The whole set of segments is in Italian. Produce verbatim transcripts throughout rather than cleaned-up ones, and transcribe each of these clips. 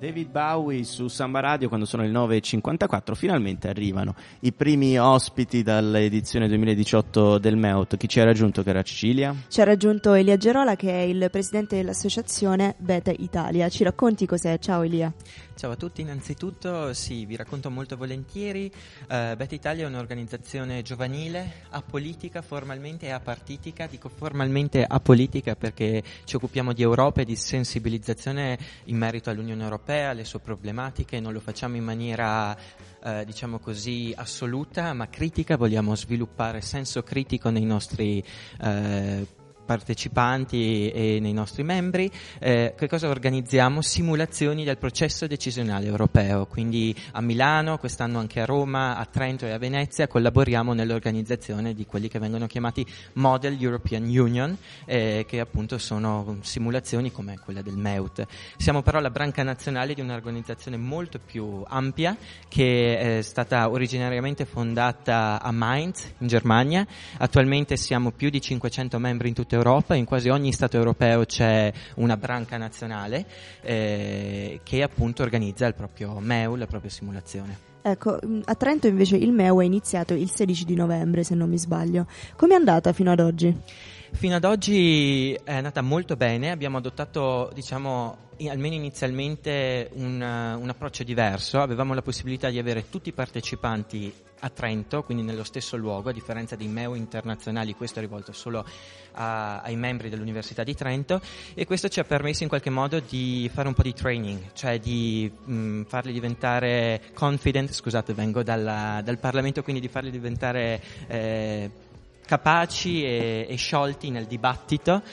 David Bowie su Samba Radio quando sono le nove e cinquantaquattro. Finalmente arrivano i primi ospiti dall'edizione duemiladiciotto del M E U T. Chi ci ha raggiunto, cara Cecilia? Ci ha raggiunto Elia Gerola, che è il presidente dell'associazione Beta Italia. Ci racconti cos'è? Ciao Elia. Ciao a tutti, innanzitutto sì, vi racconto molto volentieri. uh, Beta Italia è un'organizzazione giovanile, apolitica formalmente e apartitica. Dico formalmente apolitica perché ci occupiamo di Europa e di sensibilizzazione in merito all'Unione Europea, alle sue problematiche. Non lo facciamo in maniera eh, diciamo così assoluta, ma critica. Vogliamo sviluppare senso critico nei nostri eh, partecipanti e nei nostri membri. Eh, che cosa organizziamo? Simulazioni del processo decisionale europeo, quindi a Milano, quest'anno anche a Roma, a Trento e a Venezia collaboriamo nell'organizzazione di quelli che vengono chiamati Model European Union, eh, che appunto sono simulazioni come quella del M E U T. Siamo però la branca nazionale di un'organizzazione molto più ampia che è stata originariamente fondata a Mainz in Germania. Attualmente siamo più di cinquecento membri in tutta Europa, in quasi ogni Stato europeo c'è una branca nazionale eh, che appunto organizza il proprio M E U, la propria simulazione. Ecco, a Trento invece il M E U è iniziato il sedici di novembre, se non mi sbaglio. Come è andata fino ad oggi? Fino ad oggi è andata molto bene, abbiamo adottato, diciamo, almeno inizialmente un, un approccio diverso. Avevamo la possibilità di avere tutti i partecipanti a Trento, quindi nello stesso luogo, a differenza dei M E U internazionali. Questo è rivolto solo a, ai membri dell'Università di Trento, e questo ci ha permesso in qualche modo di fare un po' di training, cioè di mh, farli diventare confident, scusate vengo dalla, dal Parlamento, quindi di farli diventare eh, capaci e, e sciolti nel dibattito,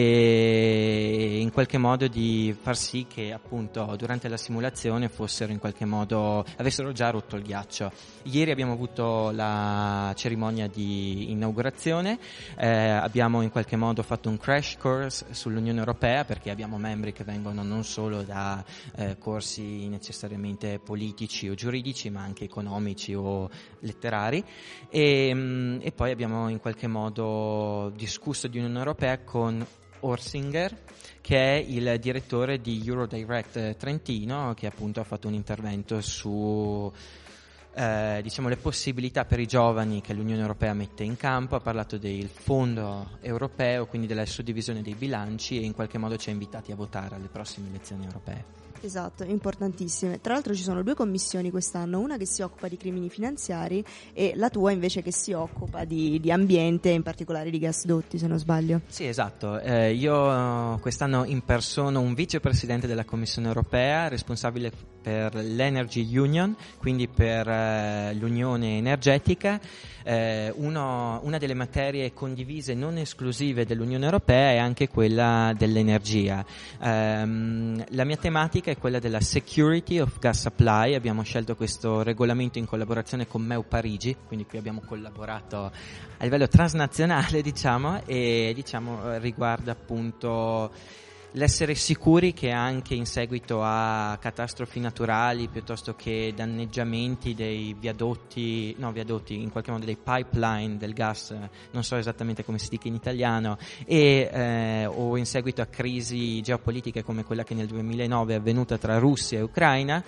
e in qualche modo di far sì che appunto durante la simulazione fossero in qualche modo, avessero già rotto il ghiaccio. Ieri abbiamo avuto la cerimonia di inaugurazione, eh, abbiamo in qualche modo fatto un crash course sull'Unione Europea, perché abbiamo membri che vengono non solo da eh, corsi necessariamente politici o giuridici, ma anche economici o letterari, e, mh, e poi abbiamo in qualche modo discusso di Unione Europea con Orsinger, che è il direttore di Eurodirect Trentino, che appunto ha fatto un intervento su eh, diciamo le possibilità per i giovani che l'Unione Europea mette in campo. Ha parlato del fondo europeo, quindi della suddivisione dei bilanci, e in qualche modo ci ha invitati a votare alle prossime elezioni europee. Esatto, importantissime. Tra l'altro ci sono due commissioni quest'anno, una che si occupa di crimini finanziari e la tua invece che si occupa di, di ambiente, in particolare di gasdotti, se non sbaglio. Sì, esatto. Eh, io quest'anno impersono un vicepresidente della Commissione Europea, responsabile per l'Energy Union, quindi per eh, l'Unione Energetica. Eh, uno, una delle materie condivise non esclusive dell'Unione Europea è anche quella dell'energia. Eh, la mia tematica è quella della security of gas supply. Abbiamo scelto questo regolamento in collaborazione con M E U Parigi, quindi qui abbiamo collaborato a livello transnazionale, diciamo, e diciamo riguarda appunto l'essere sicuri che anche in seguito a catastrofi naturali piuttosto che danneggiamenti dei viadotti, no viadotti, in qualche modo dei pipeline del gas, non so esattamente come si dica in italiano, e eh, o in seguito a crisi geopolitiche come quella che nel duemilanove è avvenuta tra Russia e Ucraina,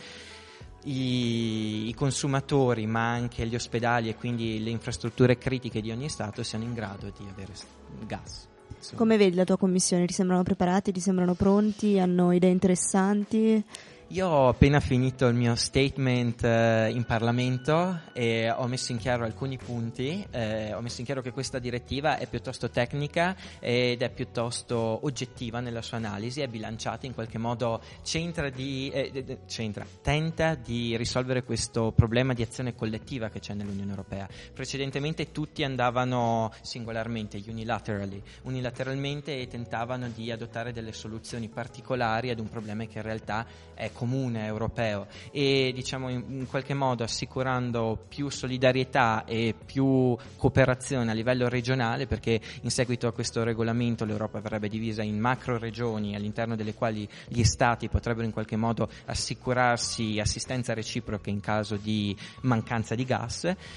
I, i consumatori ma anche gli ospedali e quindi le infrastrutture critiche di ogni stato siano in grado di avere gas. Come vedi la tua commissione? Ti sembrano preparati? Ti sembrano pronti? Hanno idee interessanti? Io ho appena finito il mio statement eh, in Parlamento e ho messo in chiaro alcuni punti. Eh, ho messo in chiaro che questa direttiva è piuttosto tecnica ed è piuttosto oggettiva nella sua analisi, è bilanciata, in qualche modo centra di, eh, centra, tenta di risolvere questo problema di azione collettiva che c'è nell'Unione Europea. Precedentemente tutti andavano singolarmente, unilaterally, unilateralmente e tentavano di adottare delle soluzioni particolari ad un problema che in realtà è comune europeo, e diciamo in, in qualche modo assicurando più solidarietà e più cooperazione a livello regionale, perché in seguito a questo regolamento l'Europa verrebbe divisa in macro regioni all'interno delle quali gli stati potrebbero in qualche modo assicurarsi assistenza reciproca in caso di mancanza di gas.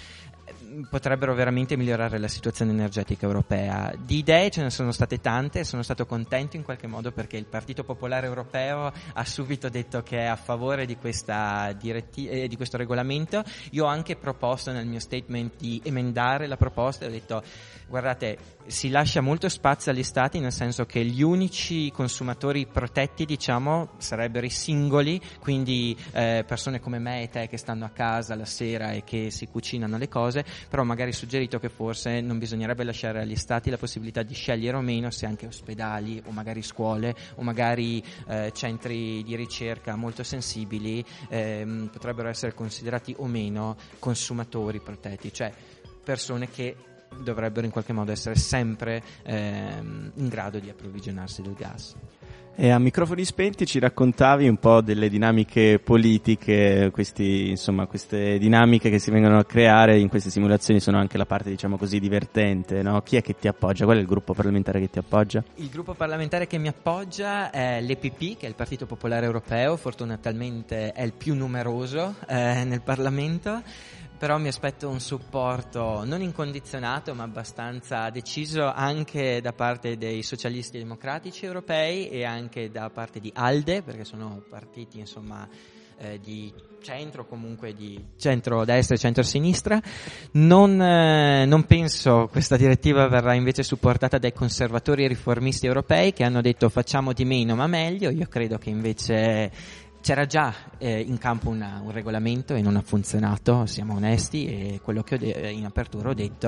potrebbero veramente migliorare la situazione energetica europea. Di idee ce ne sono state tante, sono stato contento in qualche modo perché il Partito Popolare Europeo ha subito detto che è a favore di questa diretti- eh, di questo regolamento. Io ho anche proposto nel mio statement di emendare la proposta e ho detto: guardate, si lascia molto spazio agli stati, nel senso che gli unici consumatori protetti, diciamo, sarebbero i singoli, quindi eh, persone come me e te che stanno a casa la sera e che si cucinano le cose, però magari suggerito che forse non bisognerebbe lasciare agli stati la possibilità di scegliere o meno se anche ospedali o magari scuole o magari eh, centri di ricerca molto sensibili ehm, potrebbero essere considerati o meno consumatori protetti, cioè persone che dovrebbero in qualche modo essere sempre ehm, in grado di approvvigionarsi del gas. E a microfoni spenti ci raccontavi un po' delle dinamiche politiche, questi, insomma, queste dinamiche che si vengono a creare in queste simulazioni sono anche la parte, diciamo così, divertente, no? Chi è che ti appoggia? Qual è il gruppo parlamentare che ti appoggia? Il gruppo parlamentare che mi appoggia è l'E P P, che è il Partito Popolare Europeo, fortunatamente è il più numeroso eh, nel Parlamento. Però mi aspetto un supporto non incondizionato ma abbastanza deciso anche da parte dei socialisti democratici europei e anche da parte di ALDE, perché sono partiti insomma eh, di centro, comunque di centro-destra e centro-sinistra. Non, eh, non penso questa direttiva verrà invece supportata dai conservatori e riformisti europei che hanno detto facciamo di meno ma meglio. Io credo che invece c'era già eh, in campo una, un regolamento e non ha funzionato, siamo onesti, e quello che ho de- in apertura ho detto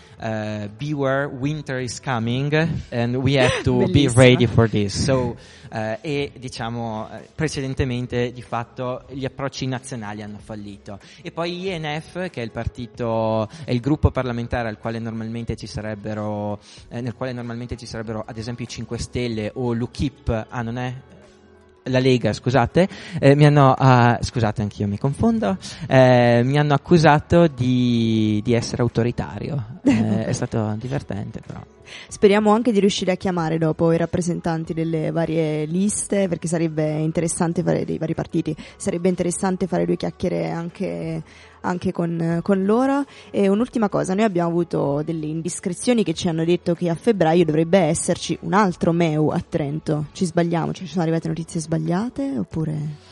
uh, beware, winter is coming and we have to be ready for this. So, uh, e diciamo precedentemente di fatto gli approcci nazionali hanno fallito. E poi I N F, che è il partito, è il gruppo parlamentare al quale normalmente ci sarebbero, eh, nel quale normalmente ci sarebbero ad esempio i cinque Stelle o l'U K I P, ah non è? La Lega, scusate, eh, mi hanno, uh, scusate anch'io mi confondo, eh, mi hanno accusato di, di essere autoritario, eh, è stato divertente però. Speriamo anche di riuscire a chiamare dopo i rappresentanti delle varie liste, perché sarebbe interessante fare, dei vari partiti, sarebbe interessante fare due chiacchiere anche, anche con, con loro. E un'ultima cosa, noi abbiamo avuto delle indiscrezioni che ci hanno detto che a febbraio dovrebbe esserci un altro M E U a Trento. Ci sbagliamo? Ci sono arrivate notizie sbagliate oppure...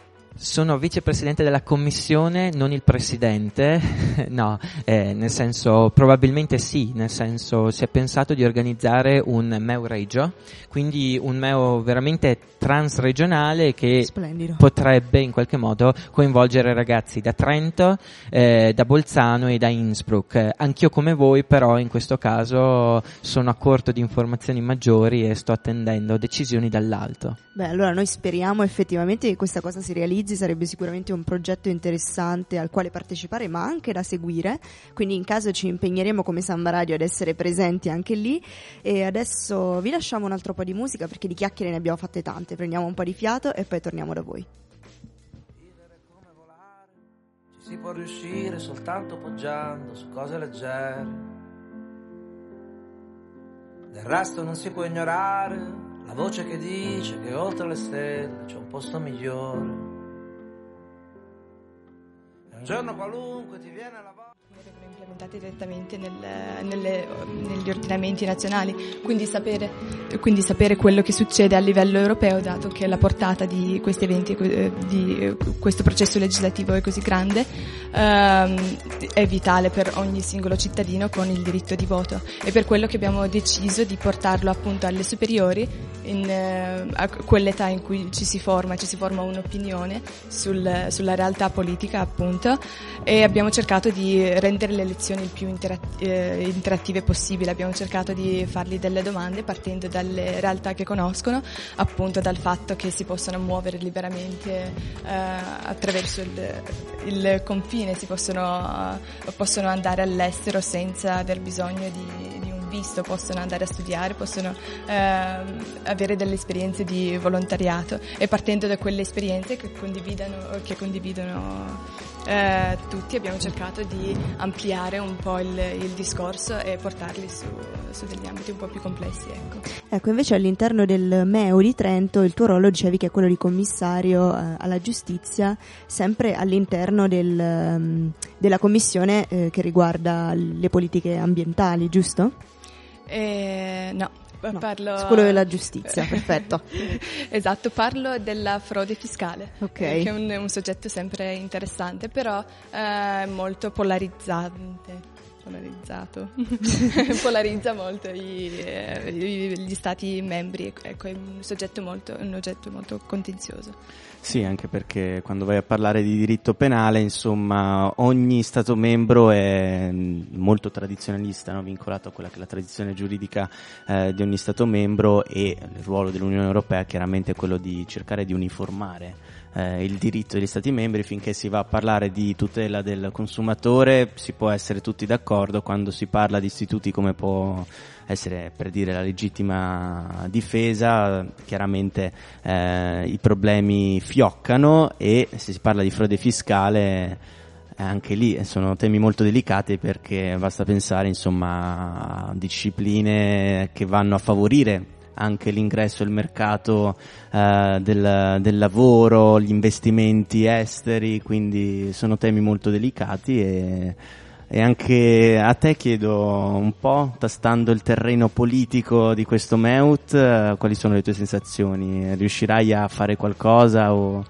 Sono vicepresidente della commissione, non il presidente, no, eh, nel senso probabilmente sì, nel senso si è pensato di organizzare un M E U Regio, quindi un M E U veramente transregionale che Splendido. Potrebbe in qualche modo coinvolgere ragazzi da Trento, eh, da Bolzano e da Innsbruck. Anch'io come voi però in questo caso sono a corto di informazioni maggiori e sto attendendo decisioni dall'alto. Beh, allora noi speriamo effettivamente che questa cosa si realizzi, sarebbe sicuramente un progetto interessante al quale partecipare ma anche da seguire, quindi in caso ci impegneremo come Samba Radio ad essere presenti anche lì. E adesso vi lasciamo un altro po' di musica perché di chiacchiere ne abbiamo fatte tante, prendiamo un po' di fiato e poi torniamo da voi. Vivere come volare, ci si può riuscire soltanto poggiando su cose leggere, del resto non si può ignorare la voce che dice che oltre le stelle c'è un posto migliore. E un giorno qualunque ti viene la voglia. Vengono implementate direttamente nel, nelle, negli ordinamenti nazionali, quindi sapere, quindi sapere quello che succede a livello europeo, dato che la portata di questi eventi, di questo processo legislativo è così grande, ehm, è vitale per ogni singolo cittadino con il diritto di voto. E per quello che abbiamo deciso di portarlo appunto alle superiori, in, eh, a quell'età in cui ci si forma, ci si forma un'opinione sul, sulla realtà politica appunto, e abbiamo cercato di rendere le lezioni il più interat- eh, interattive possibile. Abbiamo cercato di fargli delle domande partendo dalle realtà che conoscono, appunto dal fatto che si possono muovere liberamente eh, attraverso il, il confine, si possono, possono andare all'estero senza aver bisogno di, di un visto possono andare a studiare, possono eh, avere delle esperienze di volontariato, e partendo da quelle esperienze che condividono, che condividono eh, tutti, abbiamo cercato di ampliare un po' il, il discorso e portarli su, su degli ambiti un po' più complessi. Ecco. Ecco, invece all'interno del M E U di Trento il tuo ruolo dicevi che è quello di commissario eh, alla giustizia, sempre all'interno del, um, della commissione eh, che riguarda le politiche ambientali, giusto? Eh, no. No, parlo su quello della giustizia, perfetto. Esatto, parlo della frode fiscale, okay. che è un, un soggetto sempre interessante, però eh, molto polarizzante. Polarizzato polarizza molto i, eh, gli stati membri, ecco, è un soggetto molto, un oggetto molto contenzioso. Sì, anche perché quando vai a parlare di diritto penale, insomma, ogni stato membro è molto tradizionalista, no? Vincolato a quella che è la tradizione giuridica eh, di ogni stato membro, e il ruolo dell'Unione Europea chiaramente è quello di cercare di uniformare Eh, il diritto degli stati membri. Finché si va a parlare di tutela del consumatore si può essere tutti d'accordo, quando si parla di istituti come può essere, per dire, la legittima difesa, chiaramente eh, i problemi fioccano, e se si parla di frode fiscale eh, anche lì sono temi molto delicati, perché basta pensare insomma a discipline che vanno a favorire anche l'ingresso e il mercato eh, del, del lavoro, gli investimenti esteri, quindi sono temi molto delicati, e, e anche a te chiedo un po', tastando il terreno politico di questo M E U T, eh, quali sono le tue sensazioni? Riuscirai a fare qualcosa o...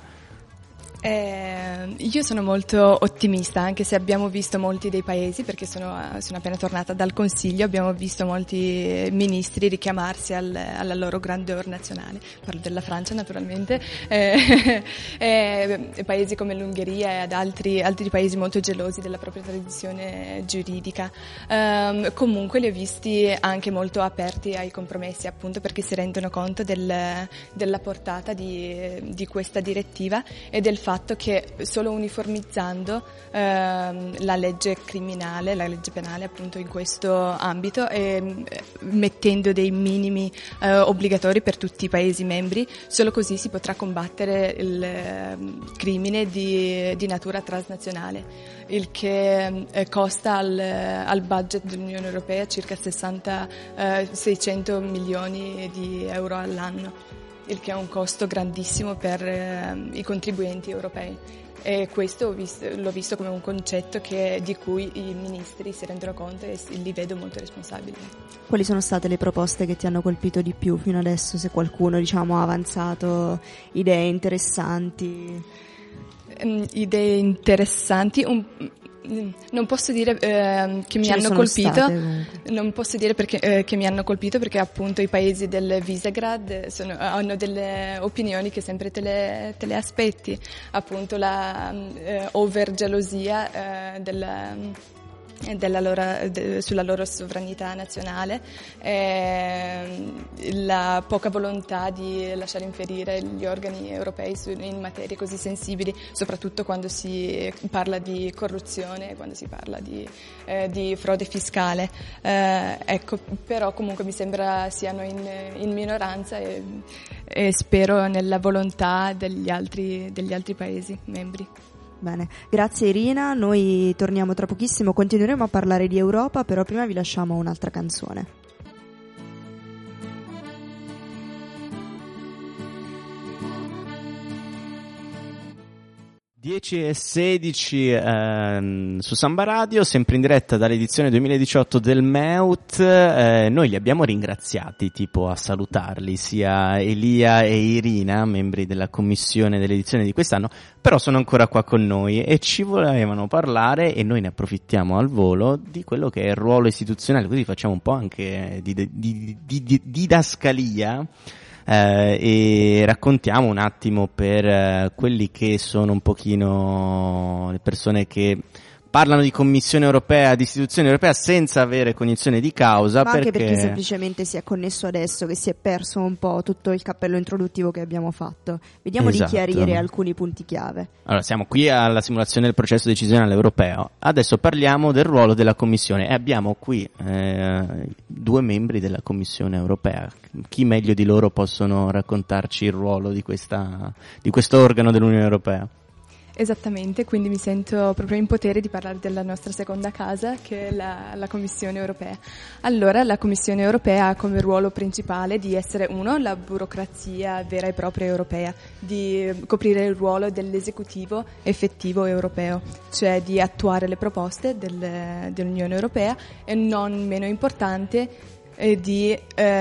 Eh, io sono molto ottimista, anche se abbiamo visto molti dei paesi, perché sono, sono appena tornata dal Consiglio, abbiamo visto molti ministri richiamarsi al, alla loro grandeur nazionale, parlo della Francia naturalmente, eh, eh, paesi come l'Ungheria e ad altri, altri paesi molto gelosi della propria tradizione giuridica. Eh, comunque li ho visti anche molto aperti ai compromessi, appunto perché si rendono conto del, della portata di, di questa direttiva e del fatto che solo uniformizzando ehm, la legge criminale, la legge penale appunto in questo ambito, e mettendo dei minimi eh, obbligatori per tutti i Paesi membri, solo così si potrà combattere il eh, crimine di, di natura transnazionale, il che eh, costa al, al budget dell'Unione Europea circa sessanta, eh, seicento milioni di euro all'anno, il che è un costo grandissimo per eh, i contribuenti europei, e questo ho visto, l'ho visto come un concetto che, di cui i ministri si rendono conto, e li vedo molto responsabili. Quali sono state le proposte che ti hanno colpito di più fino adesso, se qualcuno diciamo ha avanzato idee interessanti? Um, idee interessanti, un Non posso dire eh, che mi Ce hanno sono colpito, state, non posso dire perché, eh, che mi hanno colpito perché appunto i paesi del Visegrad sono, hanno delle opinioni che sempre te le, te le aspetti, appunto la eh, overgelosia eh, della Della loro, de, sulla loro sovranità nazionale, eh, la poca volontà di lasciare infierire gli organi europei su, in materie così sensibili, soprattutto quando si parla di corruzione, quando si parla di, eh, di frode fiscale. Eh, ecco, però comunque mi sembra siano in, in minoranza, e, e spero nella volontà degli altri, degli altri Paesi membri. Bene, grazie Irina, noi torniamo tra pochissimo, continueremo a parlare di Europa, però prima vi lasciamo un'altra canzone. dieci e sedici ehm, su Samba Radio, sempre in diretta dall'edizione duemiladiciotto del M E U T. Eh, noi li abbiamo ringraziati, tipo a salutarli, sia Elia e Irina, membri della commissione dell'edizione di quest'anno, però sono ancora qua con noi e ci volevano parlare, e noi ne approfittiamo al volo, di quello che è il ruolo istituzionale, così facciamo un po' anche di, di, di, di, di didascalia. Eh, e raccontiamo un attimo per eh, quelli che sono un pochino le persone che parlano di Commissione europea, di istituzione europea senza avere cognizione di causa. Ma perché... anche perché semplicemente si è connesso adesso che si è perso un po' tutto il cappello introduttivo che abbiamo fatto. Vediamo Esatto. di chiarire alcuni punti chiave. Allora, siamo qui alla simulazione del processo decisionale europeo. Adesso parliamo del ruolo della Commissione e abbiamo qui eh, due membri della Commissione europea. Chi meglio di loro possono raccontarci il ruolo di questa di questo organo dell'Unione Europea? Esattamente, quindi mi sento proprio in potere di parlare della nostra seconda casa, che è la, la Commissione Europea. Allora, la Commissione Europea ha come ruolo principale di essere, uno, la burocrazia vera e propria europea, di coprire il ruolo dell'esecutivo effettivo europeo, cioè di attuare le proposte del, dell'Unione Europea e, non meno importante, e di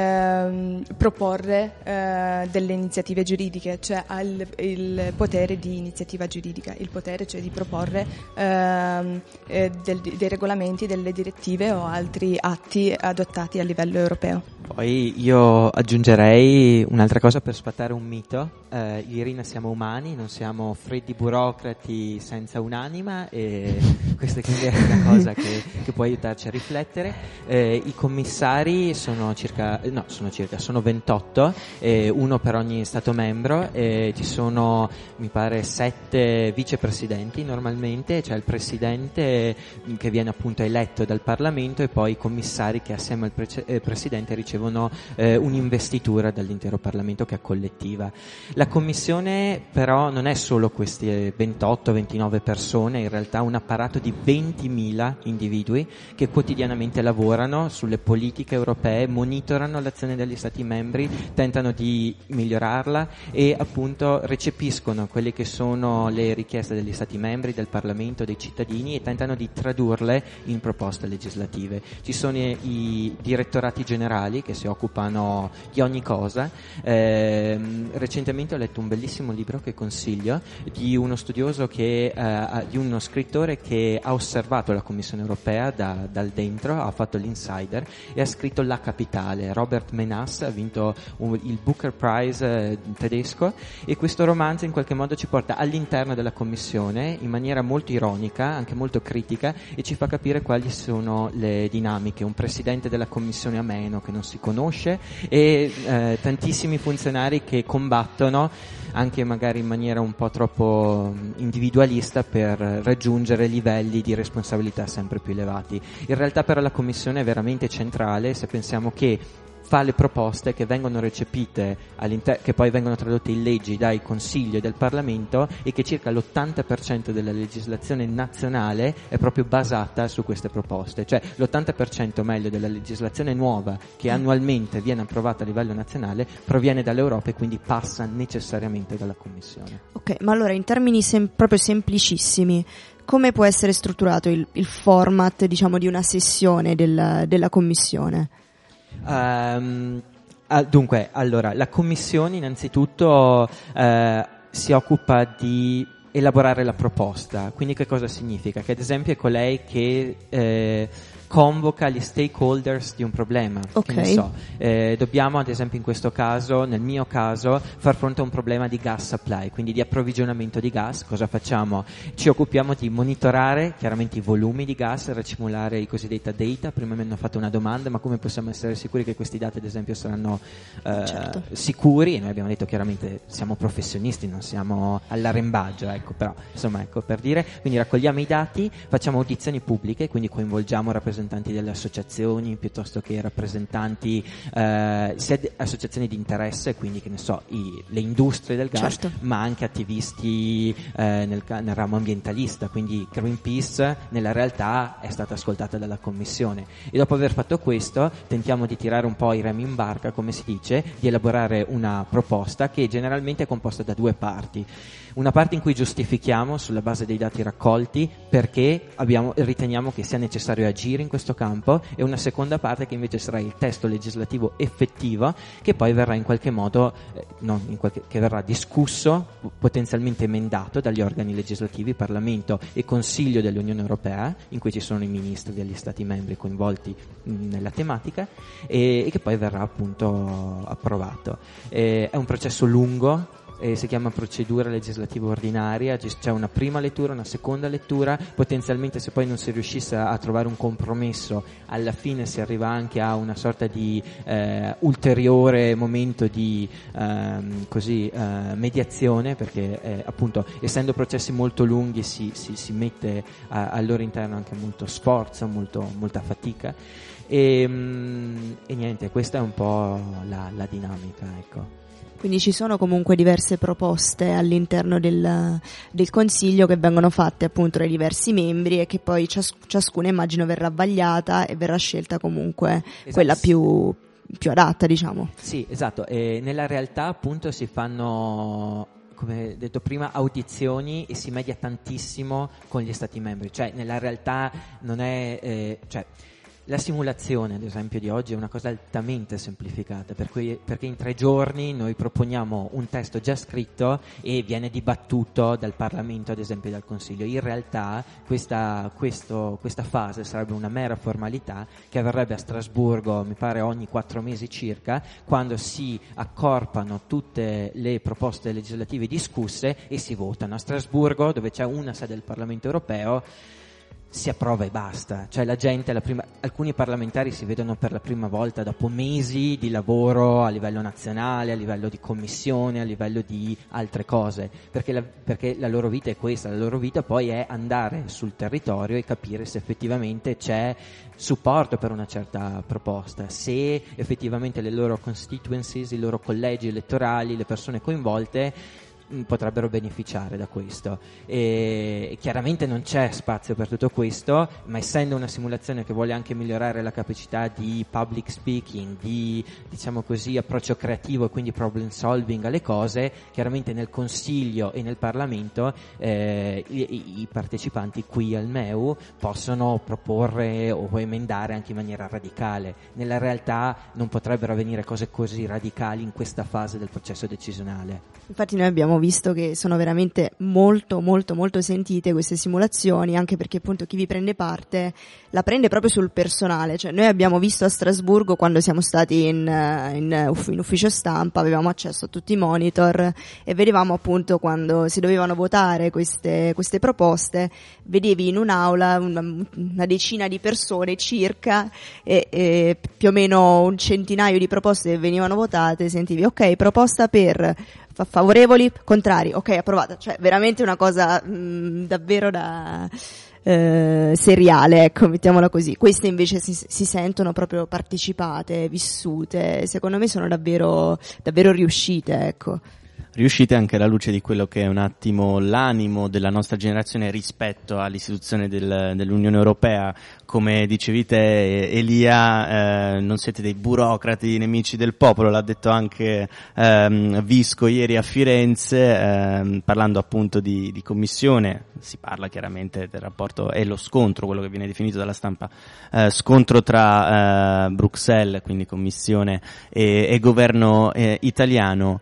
ehm, proporre eh, delle iniziative giuridiche, cioè ha il, il potere di iniziativa giuridica, il potere cioè di proporre ehm, eh, del, dei regolamenti, delle direttive o altri atti adottati a livello europeo. Poi io aggiungerei un'altra cosa per sfatare un mito. Eh, io e Irina siamo umani, non siamo freddi burocrati senza un'anima, e questa è una cosa che, che può aiutarci a riflettere. Eh, I commissari sono circa, no, sono circa, sono ventotto, eh, uno per ogni Stato membro, e ci sono, mi pare, sette vicepresidenti normalmente, cioè il presidente che viene appunto eletto dal Parlamento e poi i commissari che assieme al pre- eh, presidente ricevono eh, un'investitura dall'intero Parlamento che è collettiva. La Commissione però non è solo queste ventotto ventinove persone, in realtà un apparato di ventimila individui che quotidianamente lavorano sulle politiche europee, monitorano l'azione degli Stati membri, tentano di migliorarla e appunto recepiscono quelle che sono le richieste degli Stati membri, del Parlamento, dei cittadini, e tentano di tradurle in proposte legislative. Ci sono i direttorati generali che si occupano di ogni cosa. Eh, recentemente ho letto un bellissimo libro che consiglio di uno studioso che eh, di uno scrittore che ha osservato la Commissione Europea da, dal dentro, ha fatto l'insider e ha scritto La Capitale. Robert Menas ha vinto un, il Booker Prize eh, tedesco, e questo romanzo in qualche modo ci porta all'interno della Commissione in maniera molto ironica, anche molto critica, e ci fa capire quali sono le dinamiche. Un presidente della Commissione ameno che non si conosce e eh, tantissimi funzionari che combattono anche magari in maniera un po' troppo individualista per raggiungere livelli di responsabilità sempre più elevati. In realtà però la Commissione è veramente centrale se pensiamo che fa le proposte che vengono recepite, che poi vengono tradotte in leggi dai Consiglio e del Parlamento, e che circa l'ottanta per cento della legislazione nazionale è proprio basata su queste proposte, cioè l'ottanta per cento meglio della legislazione nuova che annualmente viene approvata a livello nazionale proviene dall'Europa e quindi passa necessariamente dalla Commissione. Ok, ma allora in termini sem- proprio semplicissimi, come può essere strutturato il, il format, diciamo, di una sessione del, della Commissione? Um, ah, dunque, allora, la Commissione innanzitutto eh, si occupa di elaborare la proposta. Quindi che cosa significa? Che ad esempio è colei che eh, convoca gli stakeholders di un problema. Ok. Che ne so, eh, dobbiamo ad esempio in questo caso, nel mio caso, far fronte a un problema di gas supply, quindi di approvvigionamento di gas. Cosa facciamo? Ci occupiamo di monitorare chiaramente i volumi di gas, racimolare i cosiddetti data. Prima mi hanno fatto una domanda, ma come possiamo essere sicuri che questi dati ad esempio saranno eh, certo. sicuri? E noi abbiamo detto chiaramente siamo professionisti, non siamo all'arrembaggio, ecco, però insomma, ecco, per dire, quindi raccogliamo i dati, facciamo audizioni pubbliche, quindi coinvolgiamo rappresentanti delle associazioni piuttosto che rappresentanti eh, sia di associazioni di interesse, quindi che ne so, i, le industrie del gas, certo. ma anche attivisti eh, nel, nel ramo ambientalista, quindi Greenpeace nella realtà è stata ascoltata dalla Commissione. E dopo aver fatto questo tentiamo di tirare un po' i remi in barca, come si dice, di elaborare una proposta che generalmente è composta da due parti. Una parte in cui giustifichiamo sulla base dei dati raccolti perché abbiamo, riteniamo che sia necessario agire in questo campo, e una seconda parte che invece sarà il testo legislativo effettivo che poi verrà in qualche modo eh, non in qualche, che verrà discusso, potenzialmente emendato dagli organi legislativi, Parlamento e Consiglio dell'Unione Europea, in cui ci sono i ministri degli Stati membri coinvolti mh, nella tematica, e, e che poi verrà appunto approvato. E, è un processo lungo. eh, si chiama procedura legislativa ordinaria, c'è una prima lettura, una seconda lettura, potenzialmente se poi non si riuscisse a trovare un compromesso alla fine si arriva anche a una sorta di eh, ulteriore momento di ehm, così eh, mediazione, perché eh, appunto essendo processi molto lunghi si, si, si mette a, al loro interno anche molto sforzo, molto, molta fatica e, mh, e niente, questa è un po' la, la dinamica, ecco. Quindi ci sono comunque diverse proposte all'interno del, del Consiglio che vengono fatte appunto dai diversi membri e che poi cias- ciascuna immagino verrà vagliata e verrà scelta comunque esatto. quella più, più adatta, diciamo. Sì, esatto, e nella realtà appunto si fanno, come detto prima, audizioni e si media tantissimo con gli Stati membri, cioè nella realtà non è... Eh, cioè, la simulazione, ad esempio, di oggi è una cosa altamente semplificata, per cui, perché in tre giorni noi proponiamo un testo già scritto e viene dibattuto dal Parlamento, ad esempio dal Consiglio. In realtà questa, questo, questa fase sarebbe una mera formalità che avverrebbe a Strasburgo, mi pare ogni quattro mesi circa, quando si accorpano tutte le proposte legislative discusse e si votano. A Strasburgo, dove c'è una sede del Parlamento europeo, si approva e basta, cioè la gente, la prima, alcuni parlamentari si vedono per la prima volta dopo mesi di lavoro a livello nazionale, a livello di commissione, a livello di altre cose, perché la, perché la loro vita è questa, la loro vita poi è andare sul territorio e capire se effettivamente c'è supporto per una certa proposta, se effettivamente le loro constituencies, i loro collegi elettorali, le persone coinvolte potrebbero beneficiare da questo e chiaramente non c'è spazio per tutto questo, ma essendo una simulazione che vuole anche migliorare la capacità di public speaking, di diciamo così approccio creativo e quindi problem solving alle cose, chiaramente nel Consiglio e nel Parlamento eh, i, i partecipanti qui al M E U possono proporre o emendare anche in maniera radicale. Nella realtà non potrebbero avvenire cose così radicali in questa fase del processo decisionale. Infatti noi abbiamo visto che sono veramente molto molto molto sentite queste simulazioni, anche perché appunto chi vi prende parte la prende proprio sul personale, cioè noi abbiamo visto a Strasburgo quando siamo stati in, in, in ufficio stampa, avevamo accesso a tutti i monitor e vedevamo appunto quando si dovevano votare queste, queste proposte, vedevi in un'aula una, una decina di persone circa e, e più o meno un centinaio di proposte che venivano votate, sentivi ok, proposta per favorevoli, contrari, ok, approvata, cioè veramente una cosa mh, davvero da eh, seriale, ecco, mettiamola così. Queste invece si, si sentono proprio partecipate, vissute, secondo me sono davvero davvero riuscite, ecco. Riuscite anche alla luce di quello che è un attimo l'animo della nostra generazione rispetto all'istituzione del, dell'Unione Europea. Come dicevi te, Elia, eh, non siete dei burocrati nemici del popolo, l'ha detto anche ehm, Visco ieri a Firenze, ehm, parlando appunto di, di commissione. Si parla chiaramente del rapporto e lo scontro, quello che viene definito dalla stampa, eh, scontro tra eh, Bruxelles, quindi commissione, e, e governo eh, italiano.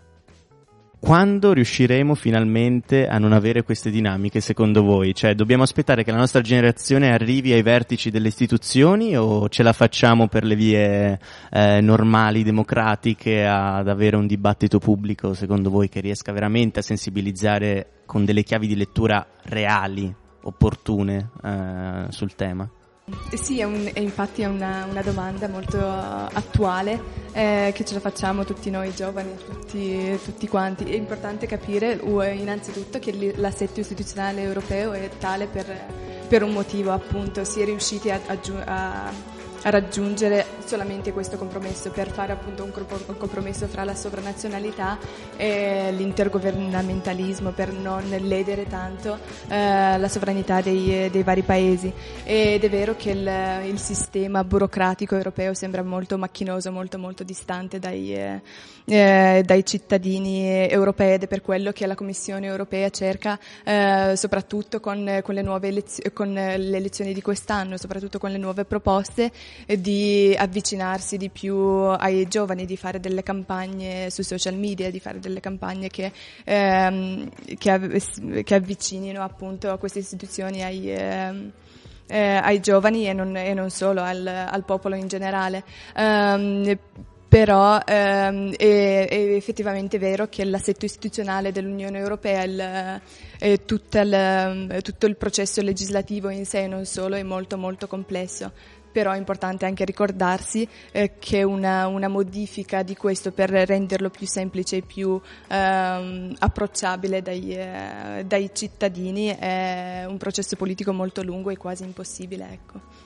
Quando riusciremo finalmente a non avere queste dinamiche, secondo voi? Cioè, dobbiamo aspettare che la nostra generazione arrivi ai vertici delle istituzioni o ce la facciamo per le vie eh, normali, democratiche, ad avere un dibattito pubblico, secondo voi, che riesca veramente a sensibilizzare con delle chiavi di lettura reali, opportune, eh, sul tema? Sì, è, un, è infatti è una, una domanda molto attuale eh, che ce la facciamo tutti noi giovani, tutti, tutti quanti. È importante capire uh, innanzitutto che l'assetto istituzionale europeo è tale per, per un motivo, appunto, si è riusciti a, a, a a raggiungere solamente questo compromesso per fare appunto un, un compromesso fra la sovranazionalità e l'intergovernamentalismo, per non ledere tanto eh, la sovranità dei, dei vari paesi. Ed è vero che il, il sistema burocratico europeo sembra molto macchinoso, molto molto distante dai, eh, eh, dai cittadini europei, ed è per quello che la Commissione europea cerca eh, soprattutto con, con le nuove elezioni, con le elezioni di quest'anno, soprattutto con le nuove proposte, di avvicinarsi di più ai giovani, di fare delle campagne su social media, di fare delle campagne che, ehm, che, av- che avvicinino appunto a queste istituzioni ai, ehm, eh, ai giovani e non, e non solo, al, al popolo in generale. Um, però ehm, è, è effettivamente vero che l'assetto istituzionale dell'Unione Europea, il, e tutto il, tutto il processo legislativo in sé non solo è molto molto complesso. Però è importante anche ricordarsi eh, che una, una modifica di questo per renderlo più semplice e più ehm, approcciabile dai, eh, dai cittadini è un processo politico molto lungo e quasi impossibile, ecco.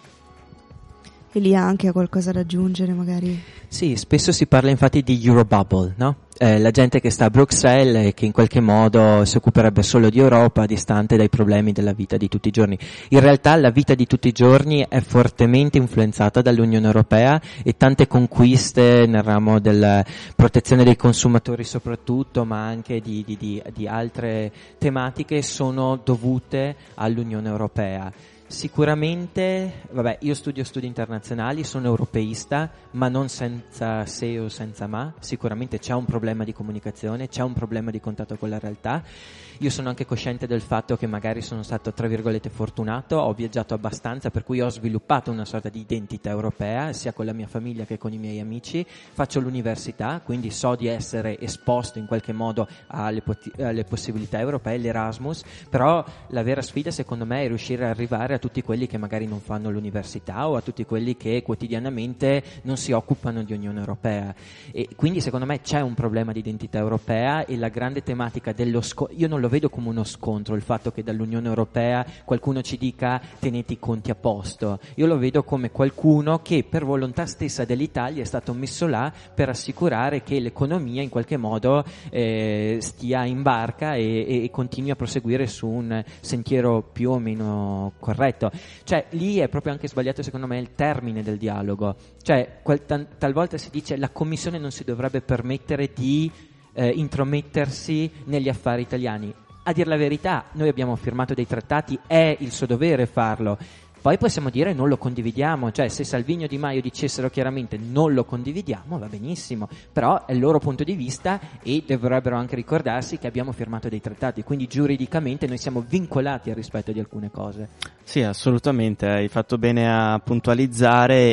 Elia anche ha qualcosa da aggiungere magari? Sì, spesso si parla infatti di Eurobubble, no? Eh, la gente che sta a Bruxelles e che in qualche modo si occuperebbe solo di Europa, distante dai problemi della vita di tutti i giorni. In realtà la vita di tutti i giorni è fortemente influenzata dall'Unione Europea e tante conquiste nel ramo della protezione dei consumatori soprattutto, ma anche di, di, di, di altre tematiche sono dovute all'Unione Europea. Sicuramente, vabbè, io studio studi internazionali, sono europeista, ma non senza se o senza ma. Sicuramente c'è un problema di comunicazione, c'è un problema di contatto con la realtà. Io sono anche cosciente del fatto che magari sono stato, tra virgolette, fortunato, ho viaggiato abbastanza, per cui ho sviluppato una sorta di identità europea, sia con la mia famiglia che con i miei amici. Faccio l'università, quindi so di essere esposto in qualche modo alle, pot- alle possibilità europee, l'Erasmus, però la vera sfida secondo me è riuscire ad arrivare a tutti quelli che magari non fanno l'università o a tutti quelli che quotidianamente non si occupano di Unione Europea. E quindi secondo me c'è un problema di identità europea e la grande tematica dello scontro, io non lo vedo come uno scontro il fatto che dall'Unione Europea qualcuno ci dica tenete i conti a posto, io lo vedo come qualcuno che per volontà stessa dell'Italia è stato messo là per assicurare che l'economia in qualche modo eh, stia in barca e, e continui a proseguire su un sentiero più o meno corretto. Cioè lì è proprio anche sbagliato secondo me il termine del dialogo, cioè qual, tal, talvolta si dice la Commissione non si dovrebbe permettere di eh, intromettersi negli affari italiani. A dir la verità, noi abbiamo firmato dei trattati, è il suo dovere farlo. Poi possiamo dire non lo condividiamo, cioè se Salvini o Di Maio dicessero chiaramente non lo condividiamo va benissimo, però è il loro punto di vista e dovrebbero anche ricordarsi che abbiamo firmato dei trattati, quindi giuridicamente noi siamo vincolati al rispetto di alcune cose. Sì, assolutamente, hai fatto bene a puntualizzare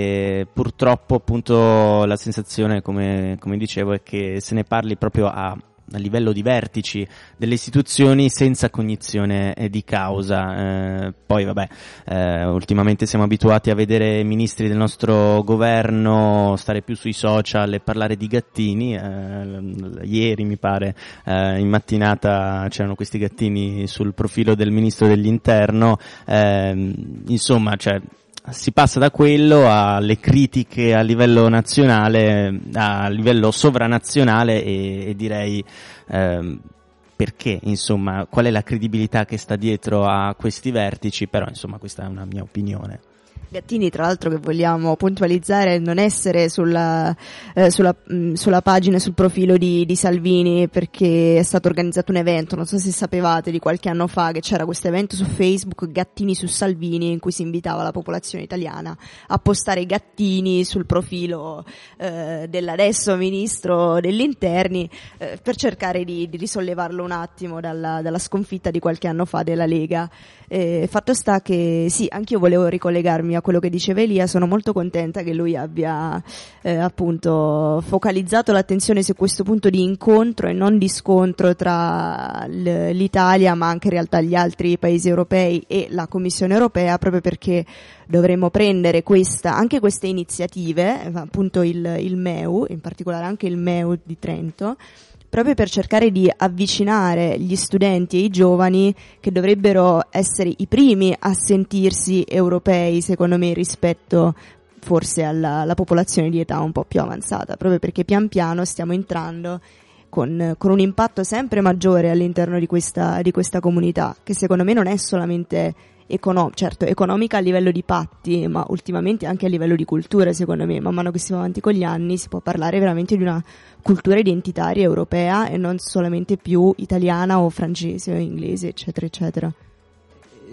e purtroppo appunto la sensazione, come, come dicevo, è che se ne parli proprio a a livello di vertici delle istituzioni senza cognizione eh, di causa. Eh, poi vabbè, eh, ultimamente siamo abituati a vedere ministri del nostro governo stare più sui social e parlare di gattini. Eh, ieri mi pare eh, in mattinata c'erano questi gattini sul profilo del ministro dell'interno. Eh, insomma, cioè si passa da quello alle critiche a livello nazionale, a livello sovranazionale e, e direi ehm, perché, insomma, qual è la credibilità che sta dietro a questi vertici, però insomma questa è una mia opinione. Gattini, tra l'altro, che vogliamo puntualizzare non essere sulla, eh, sulla, mh, sulla pagina, sul profilo di, di Salvini, perché è stato organizzato un evento, non so se sapevate, di qualche anno fa, che c'era questo evento su Facebook, Gattini su Salvini, in cui si invitava la popolazione italiana a postare gattini sul profilo eh, dell'adesso ministro degli interni, eh, per cercare di, di risollevarlo un attimo dalla, dalla sconfitta di qualche anno fa della Lega. Eh, fatto sta che sì, anch'io volevo ricollegarmi a quello che diceva Elia, sono molto contenta che lui abbia eh, appunto focalizzato l'attenzione su questo punto di incontro e non di scontro tra l- l'Italia ma anche in realtà gli altri paesi europei e la Commissione europea, proprio perché dovremmo prendere questa, anche queste iniziative, appunto il, il M E U, in particolare anche il M E U di Trento, proprio per cercare di avvicinare gli studenti e i giovani che dovrebbero essere i primi a sentirsi europei, secondo me, rispetto forse alla, alla popolazione di età un po' più avanzata, proprio perché pian piano stiamo entrando con, con un impatto sempre maggiore all'interno di questa, di questa comunità, che secondo me non è solamente econo- certo economica a livello di patti, ma ultimamente anche a livello di cultura. Secondo me, man mano che si va avanti con gli anni, si può parlare veramente di una cultura identitaria europea e non solamente più italiana o francese o inglese, eccetera eccetera.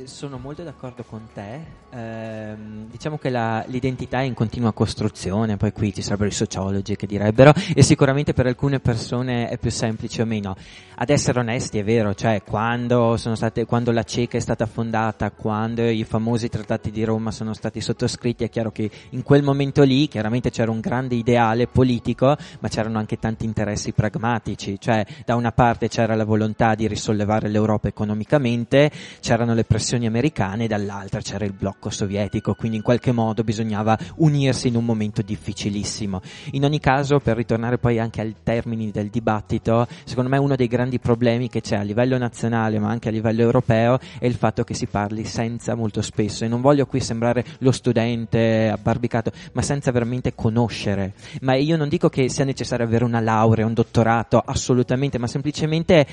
sono molto d'accordo con te. Ehm, diciamo che la, l'identità è in continua costruzione, poi qui ci sarebbero i sociologi che direbbero, e sicuramente per alcune persone è più semplice o meno. Ad essere onesti, è vero, cioè quando sono state, quando la CECA è stata fondata, quando i famosi trattati di Roma sono stati sottoscritti, è chiaro che in quel momento lì chiaramente c'era un grande ideale politico, ma c'erano anche tanti interessi pragmatici, cioè da una parte c'era la volontà di risollevare l'Europa economicamente, c'erano le pressioni americane, dall'altra c'era il blocco sovietico, quindi in qualche modo bisognava unirsi in un momento difficilissimo. In ogni caso, per ritornare poi anche ai termini del dibattito, secondo me uno dei grandi problemi che c'è a livello nazionale ma anche a livello europeo è il fatto che si parli senza molto spesso, e non voglio qui sembrare lo studente abbarbicato, ma senza veramente conoscere. Ma io non dico che sia necessario avere una laurea, un dottorato, assolutamente, ma semplicemente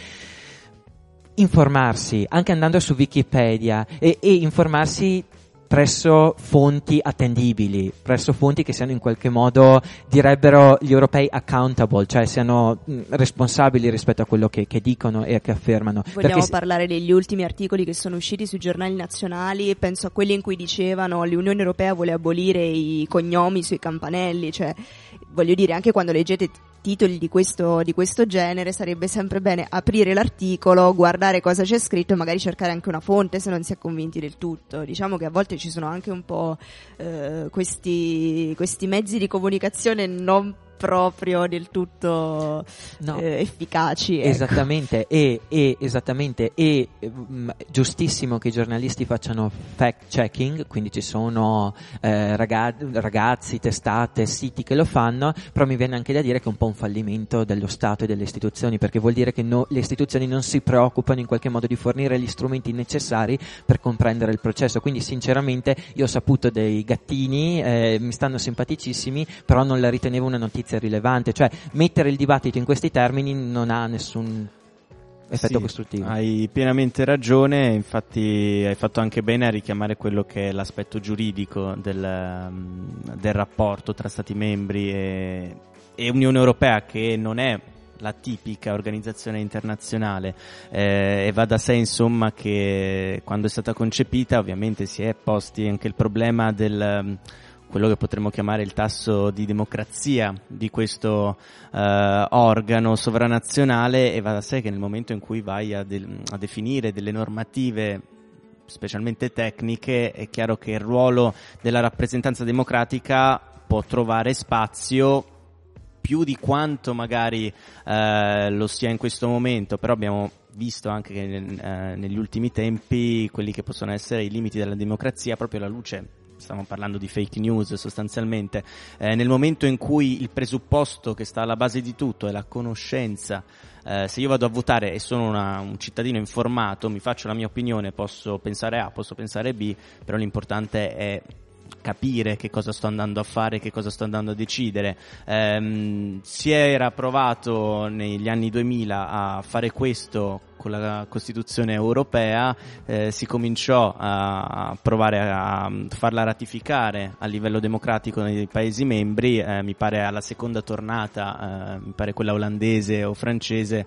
informarsi, anche andando su Wikipedia, e, e informarsi presso fonti attendibili, presso fonti che siano in qualche modo, direbbero gli europei, accountable, cioè siano mh, responsabili rispetto a quello che, che dicono e che affermano. Vogliamo Perché parlare degli ultimi articoli che sono usciti sui giornali nazionali, penso a quelli in cui dicevano l'Unione Europea vuole abolire i cognomi sui campanelli, cioè voglio dire, anche quando leggete titoli di questo, di questo genere sarebbe sempre bene aprire l'articolo, guardare cosa c'è scritto e magari cercare anche una fonte se non si è convinti del tutto. Diciamo che a volte ci sono anche un po' eh, questi, questi mezzi di comunicazione non proprio del tutto no. eh, efficaci. Ecco. Esattamente, e, e esattamente, e mh, giustissimo che i giornalisti facciano fact checking, quindi ci sono eh, ragazzi, ragazzi, testate, siti che lo fanno, però mi viene anche da dire che è un po' un fallimento dello Stato e delle istituzioni, perché vuol dire che no, le istituzioni non si preoccupano in qualche modo di fornire gli strumenti necessari per comprendere il processo. Quindi sinceramente io ho saputo dei gattini, eh, mi stanno simpaticissimi, però non la ritenevo una notizia rilevante, cioè mettere il dibattito in questi termini non ha nessun effetto sì, costruttivo. Hai pienamente ragione, infatti hai fatto anche bene a richiamare quello che è l'aspetto giuridico del, del rapporto tra Stati membri e, e Unione Europea, che non è la tipica organizzazione internazionale, eh, e va da sé insomma che quando è stata concepita ovviamente si è posti anche il problema del quello che potremmo chiamare il tasso di democrazia di questo eh, organo sovranazionale, e va da sé che nel momento in cui vai a, de- a definire delle normative specialmente tecniche, è chiaro che il ruolo della rappresentanza democratica può trovare spazio più di quanto magari eh, lo sia in questo momento, però abbiamo visto anche che eh, negli ultimi tempi quelli che possono essere i limiti della democrazia, proprio alla luce, stiamo parlando di fake news sostanzialmente, eh, nel momento in cui il presupposto che sta alla base di tutto è la conoscenza, eh, se io vado a votare e sono una, un cittadino informato, mi faccio la mia opinione, posso pensare A, posso pensare B, però l'importante è capire che cosa sto andando a fare, che cosa sto andando a decidere. Ehm, si era provato negli anni duemila a fare questo con la Costituzione europea, eh, si cominciò a provare a farla ratificare a livello democratico nei Paesi membri, eh, mi pare alla seconda tornata, eh, mi pare quella olandese o francese,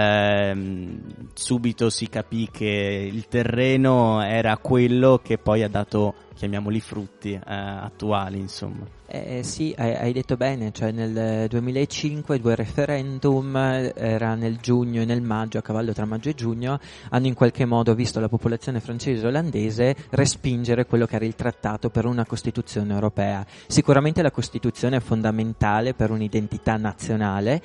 eh, subito si capì che il terreno era quello che poi ha dato, chiamiamoli, frutti eh, attuali, insomma. Eh, sì, hai, hai detto bene, cioè nel duemilacinque due referendum, era nel giugno e nel maggio, a cavallo tra maggio e giugno, hanno in qualche modo visto la popolazione francese e olandese respingere quello che era il trattato per una Costituzione europea. Sicuramente la Costituzione è fondamentale per un'identità nazionale.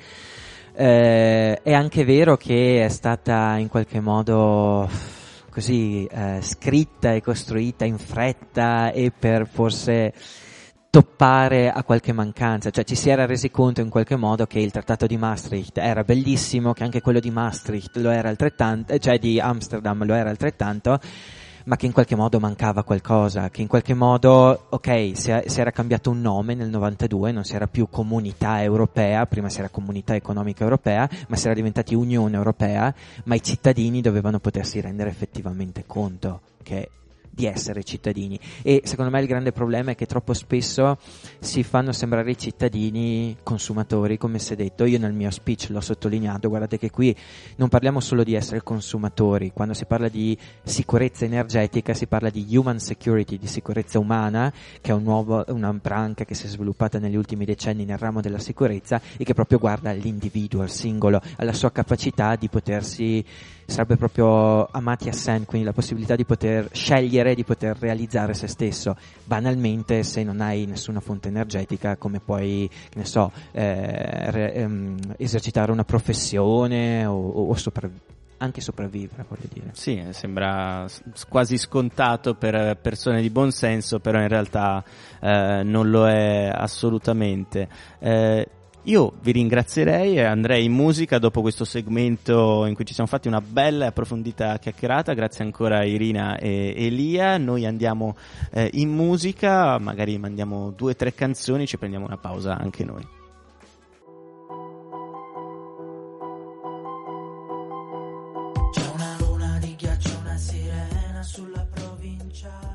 Eh, è anche vero che è stata in qualche modo così eh, scritta e costruita in fretta e per forse toppare a qualche mancanza, cioè ci si era resi conto in qualche modo che il trattato di Maastricht era bellissimo, che anche quello di Maastricht lo era altrettanto, cioè di Amsterdam lo era altrettanto, ma che in qualche modo mancava qualcosa, che in qualche modo, ok, si, è, si era cambiato un nome nel novantadue, non si era più Comunità Europea, prima si era Comunità Economica Europea, ma si era diventati Unione Europea, ma i cittadini dovevano potersi rendere effettivamente conto che di essere cittadini. E secondo me il grande problema è che troppo spesso si fanno sembrare i cittadini consumatori, come si è detto. Io nel mio speech l'ho sottolineato, guardate che qui non parliamo solo di essere consumatori, quando si parla di sicurezza energetica si parla di human security, di sicurezza umana, che è un nuovo, una branca che si è sviluppata negli ultimi decenni nel ramo della sicurezza e che proprio guarda all'individuo, al singolo, alla sua capacità di potersi, sarebbe proprio Amartya Sen, quindi la possibilità di poter scegliere, di poter realizzare se stesso. Banalmente, se non hai nessuna fonte energetica, come puoi, che ne so, eh, re, ehm, esercitare una professione o, o, o sopravvivere, anche sopravvivere, voglio dire. Sì, sembra quasi scontato per persone di buon senso, però in realtà eh, non lo è assolutamente. Eh, Io vi ringrazierei e andrei in musica dopo questo segmento in cui ci siamo fatti una bella e approfondita chiacchierata. Grazie ancora a Irina e Elia. Noi andiamo eh, in musica, magari mandiamo due o tre canzoni, ci prendiamo una pausa anche noi. C'è una luna di ghiaccio, una sirena sulla provinciale.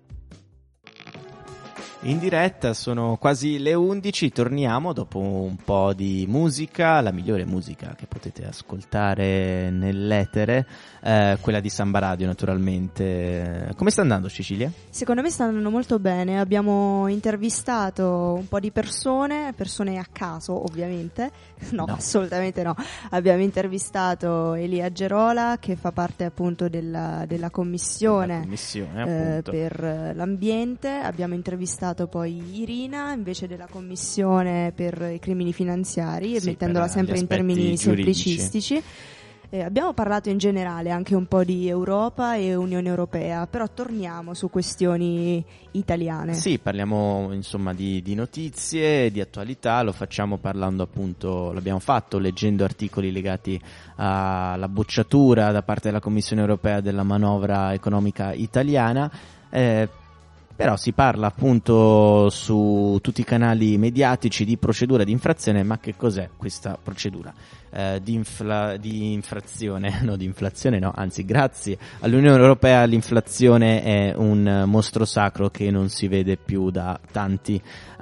In diretta, sono quasi le undici, torniamo dopo un po' di musica, la migliore musica che potete ascoltare nell'etere, eh, quella di Samba Radio naturalmente. Come sta andando, Cecilia? Secondo me sta andando molto bene, abbiamo intervistato un po' di persone, persone a caso ovviamente, no, no. assolutamente no, abbiamo intervistato Elia Gerola che fa parte appunto della, della commissione, la commissione eh, per l'ambiente, abbiamo intervistato poi Irina invece della commissione per i crimini finanziari, sì, mettendola sempre in termini giuridici. semplicistici. Eh, abbiamo parlato in generale anche un po' di Europa e Unione Europea, però torniamo su questioni italiane. Sì, parliamo insomma di, di notizie, di attualità, lo facciamo parlando appunto, l'abbiamo fatto leggendo articoli legati alla bocciatura da parte della Commissione Europea della manovra economica italiana, eh, però si parla appunto su tutti i canali mediatici di procedura di infrazione. Ma che cos'è questa procedura eh, di, infla- di infrazione? No, di inflazione no, anzi grazie all'Unione Europea l'inflazione è un mostro sacro che non si vede più da tanti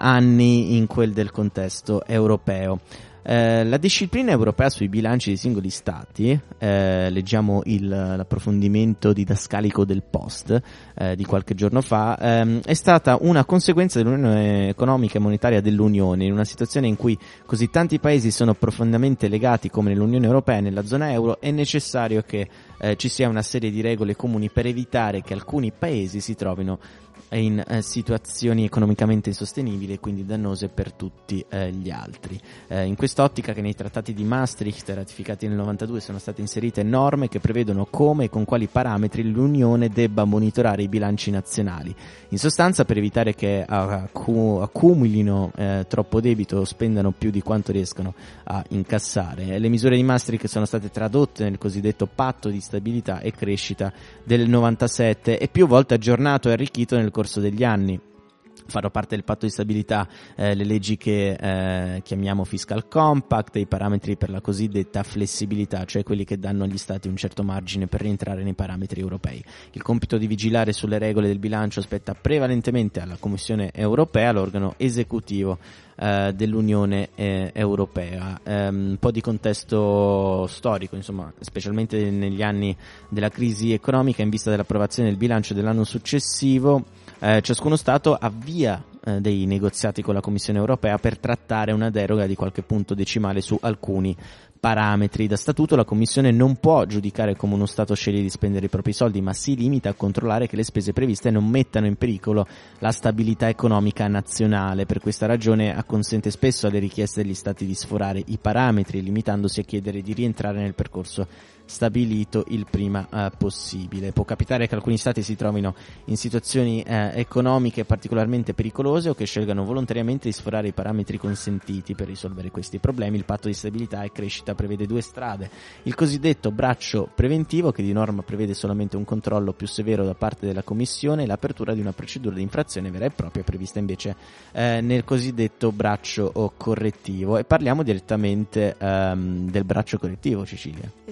anni in quel del contesto europeo. Eh, la disciplina europea sui bilanci dei singoli stati, eh, leggiamo il, l'approfondimento didascalico del Post eh, di qualche giorno fa, ehm, è stata una conseguenza dell'Unione Economica e Monetaria dell'Unione, in una situazione in cui così tanti paesi sono profondamente legati come nell'Unione Europea e nella zona euro. È necessario che eh, ci sia una serie di regole comuni per evitare che alcuni paesi si trovino in eh, situazioni economicamente insostenibili e quindi dannose per tutti eh, gli altri. Eh, in quest'ottica che nei trattati di Maastricht ratificati nel novantadue sono state inserite norme che prevedono come e con quali parametri l'Unione debba monitorare i bilanci nazionali. In sostanza, per evitare che accu- accumulino eh, troppo debito o spendano più di quanto riescono a incassare. Le misure di Maastricht sono state tradotte nel cosiddetto patto di stabilità e crescita del novantasette e più volte aggiornato e arricchito nel corso degli anni. Fanno parte del patto di stabilità eh, le leggi che eh, chiamiamo fiscal compact e i parametri per la cosiddetta flessibilità, cioè quelli che danno agli stati un certo margine per rientrare nei parametri europei. Il compito di vigilare sulle regole del bilancio spetta prevalentemente alla Commissione Europea, l'organo esecutivo eh, dell'Unione eh, Europea. Um, un po' di contesto storico, insomma, specialmente negli anni della crisi economica, in vista dell'approvazione del bilancio dell'anno successivo, Eh, ciascuno Stato avvia eh, dei negoziati con la Commissione Europea per trattare una deroga di qualche punto decimale su alcuni parametri. Da statuto la Commissione non può giudicare come uno Stato sceglie di spendere i propri soldi, ma si limita a controllare che le spese previste non mettano in pericolo la stabilità economica nazionale. Per questa ragione acconsente spesso alle richieste degli Stati di sforare i parametri, limitandosi a chiedere di rientrare nel percorso stabilito il prima eh, possibile. Può capitare che alcuni stati si trovino in situazioni eh, economiche particolarmente pericolose o che scelgano volontariamente di sforare i parametri consentiti. Per risolvere questi problemi il patto di stabilità e crescita prevede due strade: il cosiddetto braccio preventivo, che di norma prevede solamente un controllo più severo da parte della Commissione, e l'apertura di una procedura di infrazione vera e propria prevista invece eh, nel cosiddetto braccio correttivo. E parliamo direttamente ehm, del braccio correttivo, Cecilia. Esattamente.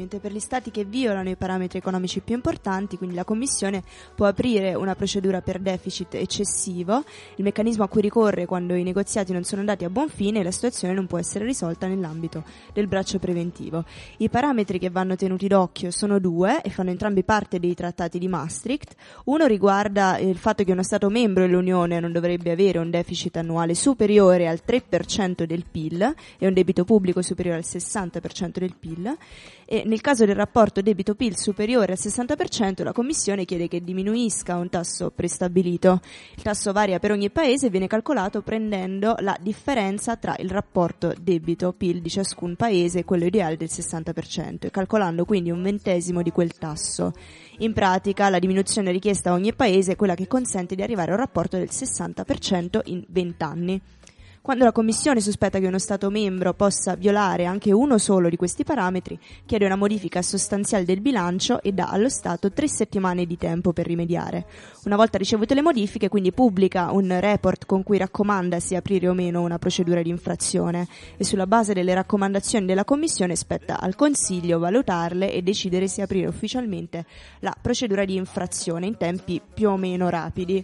esattamente, per gli stati che violano i parametri economici più importanti, quindi la Commissione può aprire una procedura per deficit eccessivo, il meccanismo a cui ricorre quando i negoziati non sono andati a buon fine e la situazione non può essere risolta nell'ambito del braccio preventivo. I parametri che vanno tenuti d'occhio sono due e fanno entrambi parte dei trattati di Maastricht. Uno riguarda il fatto che uno Stato membro dell'Unione non dovrebbe avere un deficit annuale superiore al tre per cento del P I L e un debito pubblico superiore al sessanta per cento del P I L, e nel caso del rapporto debito-P I L superiore al sessanta per cento la Commissione chiede che diminuisca un tasso prestabilito. Il tasso varia per ogni paese e viene calcolato prendendo la differenza tra il rapporto debito-P I L di ciascun paese e quello ideale del sessanta per cento, e calcolando quindi un ventesimo di quel tasso. In pratica la diminuzione richiesta a ogni paese è quella che consente di arrivare a un rapporto del sessanta per cento in venti anni. Quando la Commissione sospetta che uno Stato membro possa violare anche uno solo di questi parametri, chiede una modifica sostanziale del bilancio e dà allo Stato tre settimane di tempo per rimediare. Una volta ricevute le modifiche, quindi pubblica un report con cui raccomanda se aprire o meno una procedura di infrazione, e sulla base delle raccomandazioni della Commissione spetta al Consiglio valutarle e decidere se aprire ufficialmente la procedura di infrazione in tempi più o meno rapidi.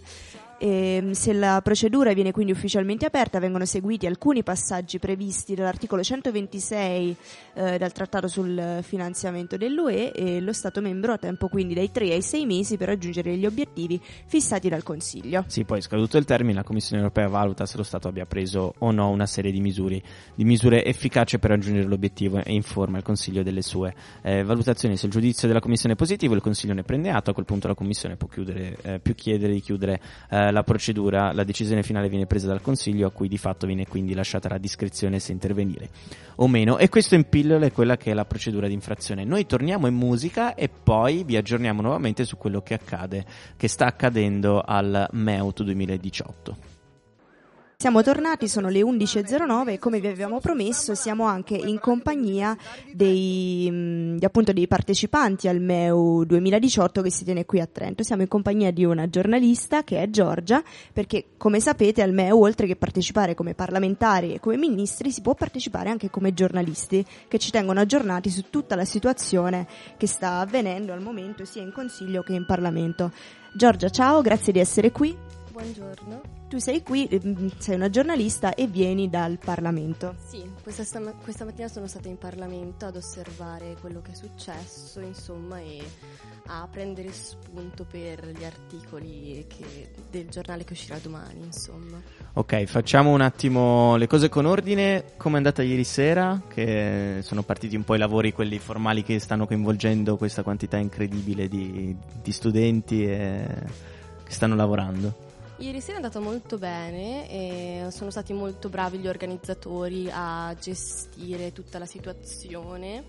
E se la procedura viene quindi ufficialmente aperta, vengono seguiti alcuni passaggi previsti dall'articolo centoventisei eh, dal Trattato sul finanziamento dell'U E, e lo Stato membro ha tempo quindi dai tre ai sei mesi per raggiungere gli obiettivi fissati dal Consiglio. Sì, poi scaduto il termine la Commissione europea valuta se lo Stato abbia preso o no una serie di misure, di misure efficaci per raggiungere l'obiettivo e informa il Consiglio delle sue eh, valutazioni. Se il giudizio della Commissione è positivo, il Consiglio ne prende atto. A quel punto la Commissione può chiudere, eh, più chiedere di chiudere eh, la procedura. La decisione finale viene presa dal Consiglio, a cui di fatto viene quindi lasciata la discrezione se intervenire o meno, e questo in pillole è quella che è la procedura di infrazione. Noi torniamo in musica e poi vi aggiorniamo nuovamente su quello che accade, che sta accadendo al M E U T duemiladiciotto. Siamo tornati, sono le undici e zero nove e come vi avevamo promesso siamo anche in compagnia dei, mh, appunto dei partecipanti al M E U duemiladiciotto che si tiene qui a Trento. Siamo in compagnia di una giornalista che è Giorgia, perché come sapete al M E U oltre che partecipare come parlamentari e come ministri si può partecipare anche come giornalisti che ci tengono aggiornati su tutta la situazione che sta avvenendo al momento sia in Consiglio che in Parlamento. Giorgia, ciao, grazie di essere qui. Buongiorno. Tu sei qui, sei una giornalista e vieni dal Parlamento. Sì, questa, stam- questa mattina sono stata in Parlamento ad osservare quello che è successo, insomma, e a prendere spunto per gli articoli che, del giornale che uscirà domani, insomma. Ok, facciamo un attimo le cose con ordine. Come è andata ieri sera? Che sono partiti un po' i lavori, quelli formali che stanno coinvolgendo questa quantità incredibile di, di studenti e che stanno lavorando. Ieri sera è andata molto bene e sono stati molto bravi gli organizzatori a gestire tutta la situazione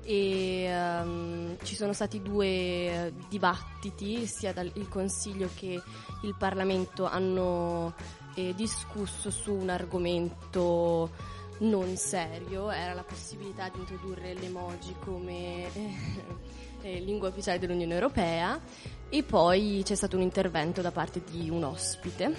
e um, ci sono stati due dibattiti, sia dal il Consiglio che il Parlamento hanno eh, discusso su un argomento non serio. Era la possibilità di introdurre l'emoji come eh, lingua ufficiale dell'Unione Europea, e poi c'è stato un intervento da parte di un ospite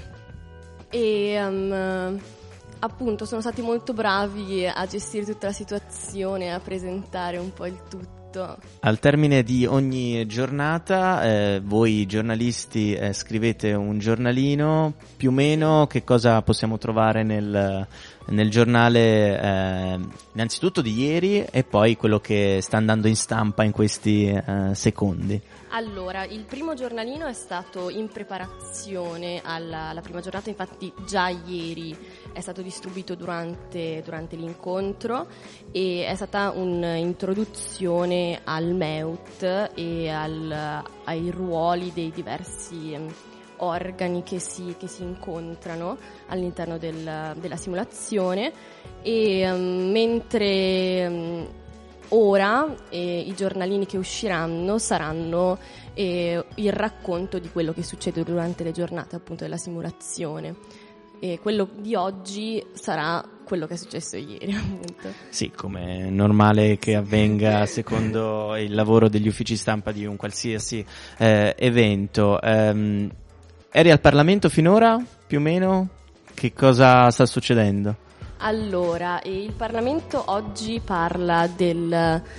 e um, appunto sono stati molto bravi a gestire tutta la situazione, a presentare un po' il tutto. Al termine di ogni giornata eh, voi giornalisti eh, scrivete un giornalino, più o meno che cosa possiamo trovare nel, nel giornale eh, innanzitutto di ieri e poi quello che sta andando in stampa in questi eh, secondi. Allora, il primo giornalino è stato in preparazione alla, alla prima giornata, infatti già ieri è stato distribuito durante, durante l'incontro e è stata un'introduzione al M E U T e al, ai ruoli dei diversi um, organi che si, che si incontrano all'interno del, della simulazione e um, mentre... Um, Ora eh, i giornalini che usciranno saranno eh, il racconto di quello che succede durante le giornate appunto della simulazione, e quello di oggi sarà quello che è successo ieri appunto. Sì, come è normale che avvenga secondo il lavoro degli uffici stampa di un qualsiasi eh, evento. Um, eri al Parlamento finora, più o meno? Che cosa sta succedendo? Allora, il Parlamento oggi parla del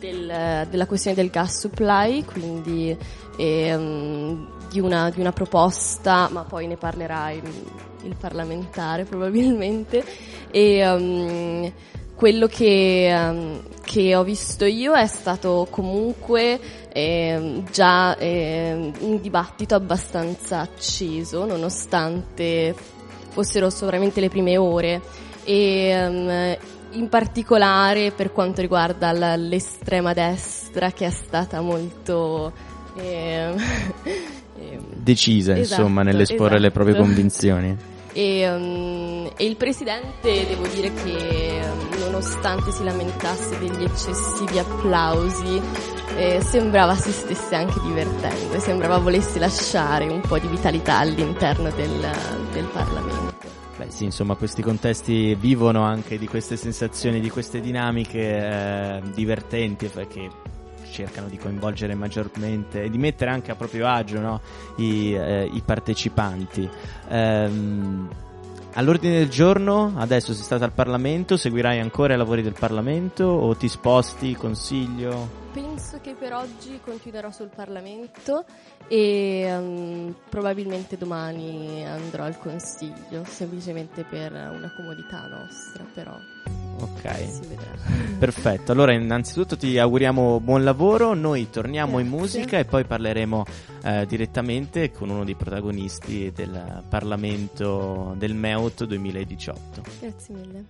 del, della questione del gas supply, quindi ehm, di, una, di una proposta, ma poi ne parlerà il, il parlamentare probabilmente, e um, quello che, um, che ho visto io è stato comunque eh, già eh, un dibattito abbastanza acceso, nonostante fossero solamente le prime ore, e um, in particolare per quanto riguarda la, l'estrema destra, che è stata molto eh, eh, decisa, esatto, insomma, nell'esporre esatto. le proprie convinzioni. E, um, e il presidente, devo dire che um, nonostante si lamentasse degli eccessivi applausi, eh, sembrava si stesse anche divertendo, sembrava volesse lasciare un po' di vitalità all'interno del, del Parlamento. Beh sì, insomma, questi contesti vivono anche di queste sensazioni, di queste dinamiche eh, divertenti, perché cercano di coinvolgere maggiormente e di mettere anche a proprio agio, no, i, eh, i partecipanti. Ehm, all'ordine del giorno, adesso sei stata al Parlamento, seguirai ancora i lavori del Parlamento o ti sposti, consiglio? Penso che per oggi continuerò sul Parlamento e um, probabilmente domani andrò al Consiglio, semplicemente per una comodità nostra, però ok, si vedrà. Perfetto, allora innanzitutto ti auguriamo buon lavoro, noi torniamo Grazie. in musica e poi parleremo eh, direttamente con uno dei protagonisti del Parlamento del M E U T duemiladiciotto. Grazie mille.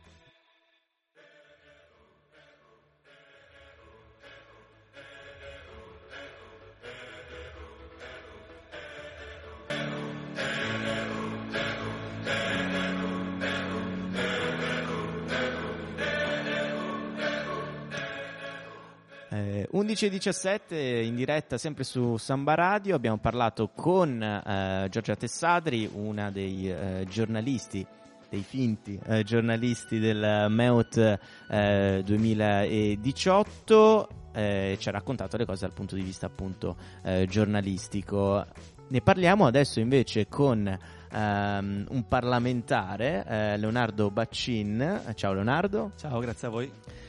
Eh, undici e diciassette in diretta sempre su Samba Radio, abbiamo parlato con eh, Giorgia Tessadri, una dei eh, giornalisti, dei finti eh, giornalisti del M E U T eh, duemiladiciotto, eh, ci ha raccontato le cose dal punto di vista appunto eh, giornalistico. Ne parliamo adesso invece con um, un parlamentare, eh, Leonardo Baccin. Ciao Leonardo. Ciao, grazie a voi.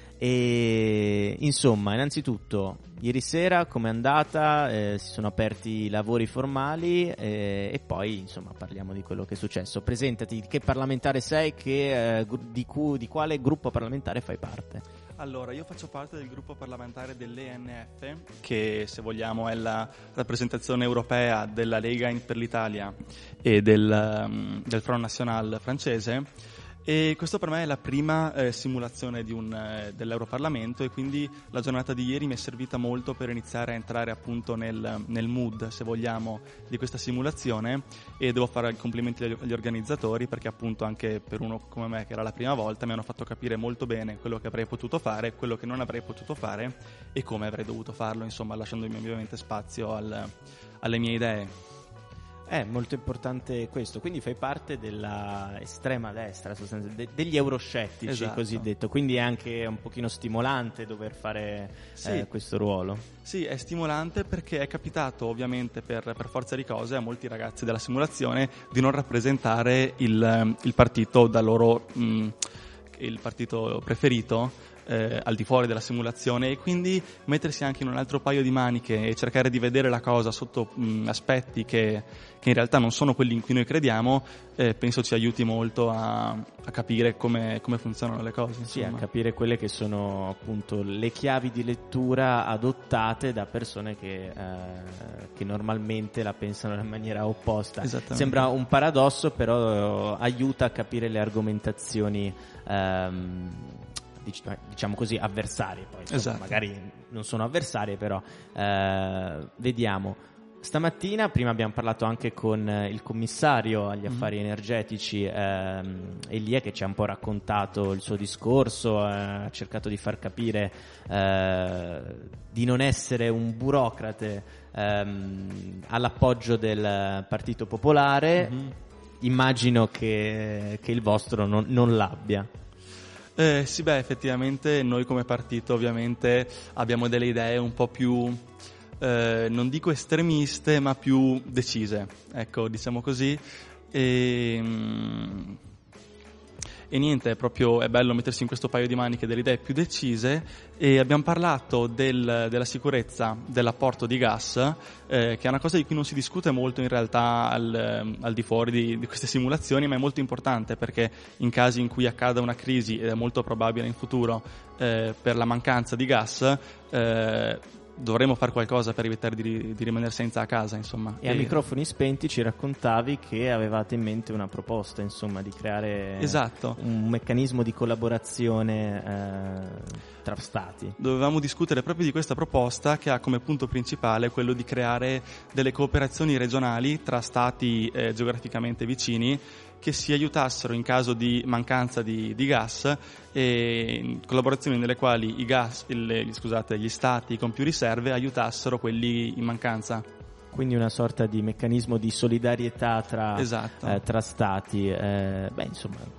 E insomma, innanzitutto, ieri sera com'è andata? Eh, si sono aperti i lavori formali eh, e poi insomma parliamo di quello che è successo. Presentati, che parlamentare sei, che, eh, di, cu- di quale gruppo parlamentare fai parte? Allora, io faccio parte del gruppo parlamentare dell'E N F, che se vogliamo è la rappresentazione europea della Lega per l'Italia e del, um, del Front National francese. E questo per me è la prima eh, simulazione di un, eh, dell'Europarlamento, e quindi la giornata di ieri mi è servita molto per iniziare a entrare appunto nel, nel mood, se vogliamo, di questa simulazione, e devo fare i complimenti agli, agli organizzatori, perché appunto anche per uno come me che era la prima volta mi hanno fatto capire molto bene quello che avrei potuto fare, quello che non avrei potuto fare e come avrei dovuto farlo, insomma lasciandomi ovviamente spazio al, alle mie idee. È molto importante questo, quindi fai parte della estrema destra, de- degli euroscettici, esatto. Così detto, quindi è anche un pochino stimolante dover fare sì. eh, questo ruolo. Sì, è stimolante perché è capitato ovviamente per, per forza di cose a molti ragazzi della simulazione di non rappresentare il, il partito da loro, mh, il partito preferito, Eh, al di fuori della simulazione, e quindi mettersi anche in un altro paio di maniche e cercare di vedere la cosa sotto mh, aspetti che, che in realtà non sono quelli in cui noi crediamo, eh, penso ci aiuti molto a, a capire come, come funzionano le cose, Sì, insomma. a capire quelle che sono appunto le chiavi di lettura adottate da persone che, eh, che normalmente la pensano in maniera opposta. Sembra un paradosso, però eh, aiuta a capire le argomentazioni ehm, diciamo così avversarie, poi insomma, esatto. Magari non sono avversarie, però eh, vediamo. Stamattina prima abbiamo parlato anche con il commissario agli affari mm-hmm. energetici ehm, Elie, che ci ha un po' raccontato il suo discorso, eh, ha cercato di far capire eh, di non essere un burocrate ehm, all'appoggio del Partito Popolare. Mm-hmm. Immagino che, che il vostro non, non l'abbia. Eh, sì, beh, effettivamente noi come partito ovviamente abbiamo delle idee un po' più, eh, non dico estremiste, ma più decise, ecco, diciamo così, e, e e niente, è proprio è bello mettersi in questo paio di maniche delle idee più decise. E abbiamo parlato del, della sicurezza dell'apporto di gas, eh, che è una cosa di cui non si discute molto in realtà al, al di fuori di, di queste simulazioni, ma è molto importante perché in casi in cui accada una crisi, ed è molto probabile in futuro, eh, per la mancanza di gas, eh, dovremo fare qualcosa per evitare di, di rimanere senza a casa, insomma. E, e a microfoni spenti ci raccontavi che avevate in mente una proposta, insomma, di creare esatto. un meccanismo di collaborazione eh, tra stati. Dovevamo discutere proprio di questa proposta, che ha come punto principale quello di creare delle cooperazioni regionali tra stati eh, geograficamente vicini, che si aiutassero in caso di mancanza di, di gas, e in collaborazioni nelle quali i gas, il, scusate, gli stati con più riserve aiutassero quelli in mancanza. Quindi una sorta di meccanismo di solidarietà tra, esatto. eh, tra stati. Eh, beh, insomma,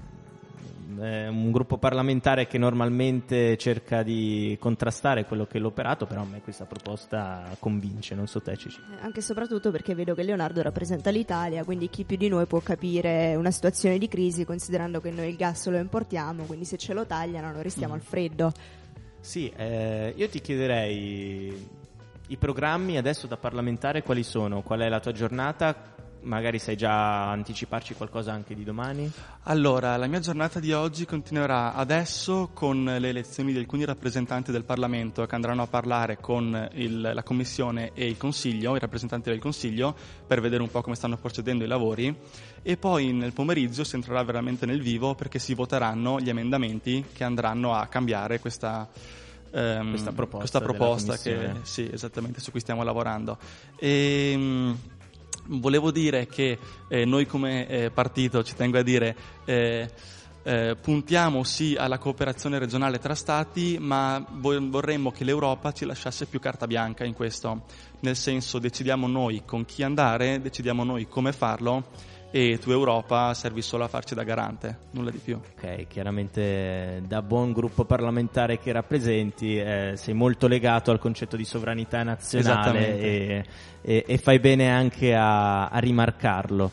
è un gruppo parlamentare che normalmente cerca di contrastare quello che è l'operato, però a me questa proposta convince, non so te Cici. Anche e soprattutto perché vedo che Leonardo rappresenta l'Italia, quindi chi più di noi può capire una situazione di crisi, considerando che noi il gas lo importiamo, quindi se ce lo tagliano non restiamo mm. al freddo. Sì, eh, io ti chiederei i programmi adesso da parlamentare quali sono? Qual è la tua giornata? Magari sai già anticiparci qualcosa anche di domani? Allora, la mia giornata di oggi continuerà adesso con le elezioni di alcuni rappresentanti del Parlamento che andranno a parlare con il, la Commissione e il Consiglio, i rappresentanti del Consiglio, per vedere un po' come stanno procedendo i lavori, e poi nel pomeriggio si entrerà veramente nel vivo perché si voteranno gli emendamenti che andranno a cambiare questa... Um, questa proposta, questa proposta che, sì, esattamente, su cui stiamo lavorando. E, um, volevo dire che eh, noi come eh, partito, ci tengo a dire, eh, eh, puntiamo sì alla cooperazione regionale tra stati, ma vorremmo che l'Europa ci lasciasse più carta bianca in questo, nel senso decidiamo noi con chi andare, decidiamo noi come farlo, e tu Europa servi solo a farci da garante, nulla di più. Ok, chiaramente da buon gruppo parlamentare che rappresenti eh, sei molto legato al concetto di sovranità nazionale e, e, e fai bene anche a, a rimarcarlo.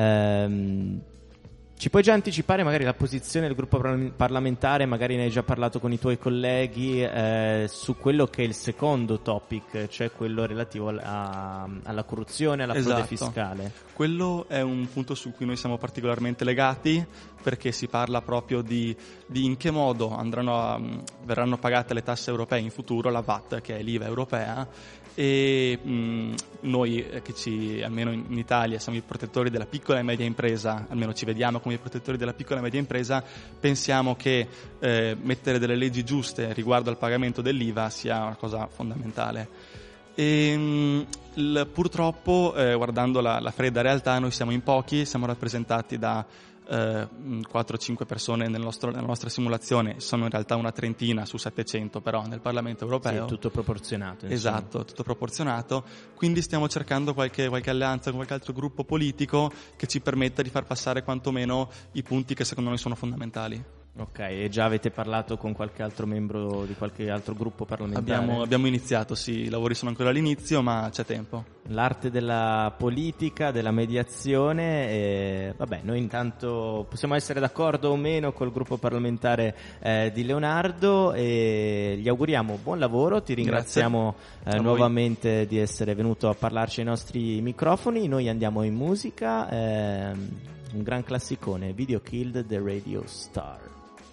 Ehm, Ci puoi già anticipare magari la posizione del gruppo parlamentare, magari ne hai già parlato con i tuoi colleghi, eh, su quello che è il secondo topic, cioè quello relativo a, alla corruzione, alla esatto. frode fiscale? Quello è un punto su cui noi siamo particolarmente legati, perché si parla proprio di, di in che modo andranno a, verranno pagate le tasse europee in futuro, la V A T, che è l'I V A europea, e mh, noi eh, che ci, almeno in, in Italia, siamo i protettori della piccola e media impresa, almeno ci vediamo come i protettori della piccola e media impresa, pensiamo che eh, mettere delle leggi giuste riguardo al pagamento dell'I V A sia una cosa fondamentale. E, mh, il, purtroppo, eh, guardando la, la fredda realtà, noi siamo in pochi, siamo rappresentati da Uh, quattro o cinque persone nel nostro, nella nostra simulazione, sono in realtà una trentina su settecento però nel Parlamento europeo. Sì, tutto proporzionato. Insomma. Esatto, tutto proporzionato, quindi stiamo cercando qualche, qualche alleanza con qualche altro gruppo politico che ci permetta di far passare quantomeno i punti che secondo noi sono fondamentali. Ok, e già avete parlato con qualche altro membro di qualche altro gruppo parlamentare? Abbiamo, abbiamo iniziato, sì, i lavori sono ancora all'inizio, ma c'è tempo. L'arte della politica, della mediazione, e vabbè, noi intanto possiamo essere d'accordo o meno col gruppo parlamentare eh, di Leonardo, e gli auguriamo buon lavoro, ti ringraziamo eh, nuovamente di essere venuto a parlarci ai nostri microfoni. Noi andiamo in musica, eh, un gran classicone, Video Killed the Radio Star.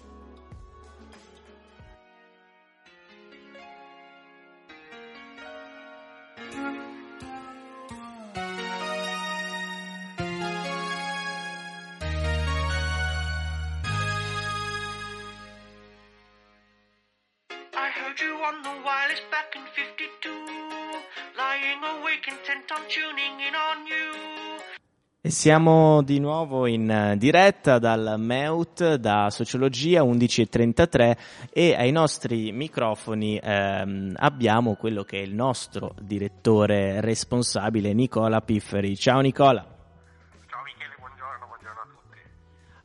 E siamo di nuovo in diretta dal M E U T, da Sociologia undici e trentatré, e ai nostri microfoni ehm, abbiamo quello che è il nostro direttore responsabile, Nicola Pifferi. Ciao Nicola. Ciao Michele, buongiorno, buongiorno a tutti.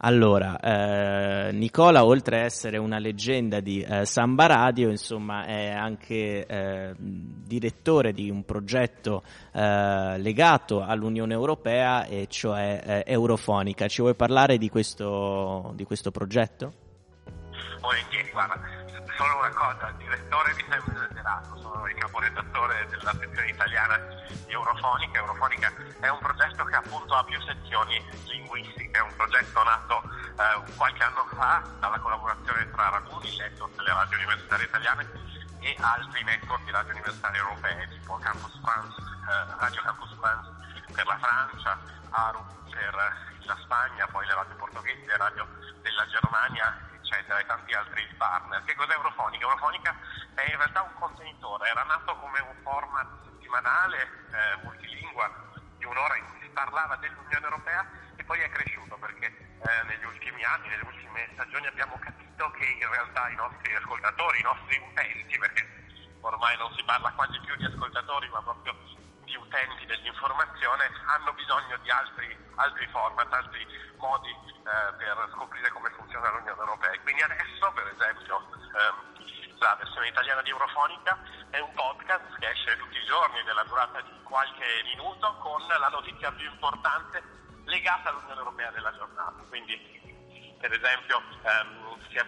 Allora, eh, Nicola, oltre a essere una leggenda di eh, Samba Radio, insomma, è anche eh, direttore di un progetto eh, legato all'Unione Europea, e cioè eh, Eurofonica. Ci vuoi parlare di questo, di questo progetto? Volentieri, guarda, solo una cosa, il direttore mi sembra esagerato, sono il caporedattore della sezione italiana di Eurofonica. Eurofonica è un progetto che appunto ha più sezioni linguistiche, è un progetto nato eh, qualche anno fa dalla collaborazione tra Raguni, network delle radio universitarie italiane, e altri network di radio universitarie europee, tipo Campus France, eh, Radio Campus France per la Francia, A R U per la Spagna, poi le radio portoghesi, le radio della Germania, eccetera, e tanti altri partner. Che cos'è Eurofonica? Eurofonica è in realtà un contenitore, era nato come un format settimanale eh, multilingua di un'ora in cui si parlava dell'Unione Europea, e poi è cresciuto perché eh, negli ultimi anni, nelle ultime stagioni abbiamo capito che in realtà i nostri ascoltatori, i nostri utenti, perché ormai non si parla quasi più di ascoltatori ma proprio di utenti dell'informazione, hanno bisogno di altri, altri format, altri modi eh, per scoprire come funziona l'Unione Europea. E quindi adesso, per esempio, ehm, la versione italiana di Eurofonica è un podcast che esce tutti i giorni della durata di qualche minuto con la notizia più importante legata all'Unione Europea della giornata. Quindi, per esempio, ehm, si è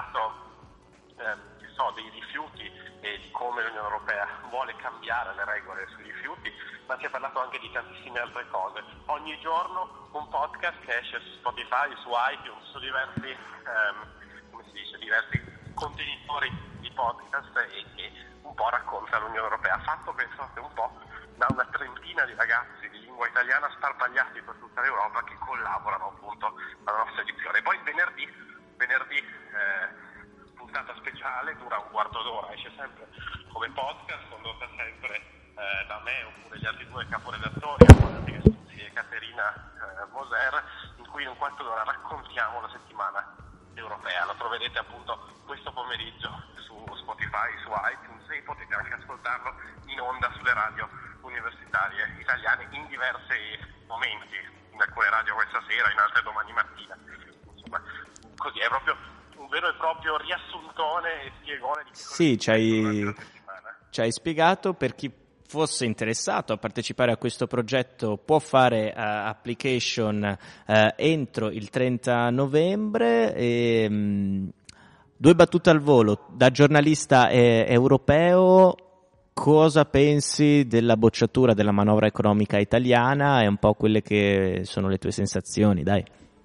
parlato ehm, so, dei rifiuti e di come l'Unione Europea vuole cambiare le regole sui rifiuti, ma si è parlato anche di tantissime altre cose. Ogni giorno un podcast che esce su Spotify, su iTunes, su diversi, ehm, come si dice, diversi contenitori di podcast, e che un po' racconta l'Unione Europea, fatto, pensate un po', da una trentina di ragazzi di lingua italiana sparpagliati per tutta l'Europa che collaborano appunto alla nostra edizione. Poi venerdì, venerdì eh, puntata speciale, dura un quarto d'ora, esce sempre come podcast, condotta sempre eh, da me oppure gli altri due caporedattori, Antonio Stuzzi e Caterina eh, Moser, in cui in un quarto d'ora raccontiamo la settimana europea. Lo troverete appunto questo pomeriggio su Spotify, su iTunes, e potete anche ascoltarlo in onda sulle radio universitarie italiane in diversi momenti, in alcune radio questa sera, in altre domani mattina. Insomma, così è proprio un vero e proprio riassuntone e spiegone di che cosa sì, ci hai, ci hai spiegato. Per chi fosse interessato a partecipare a questo progetto può fare uh, application uh, entro il trenta novembre. E, um, due battute al volo, da giornalista eh, europeo, cosa pensi della bocciatura della manovra economica italiana e un po' quelle che sono le tue sensazioni, dai?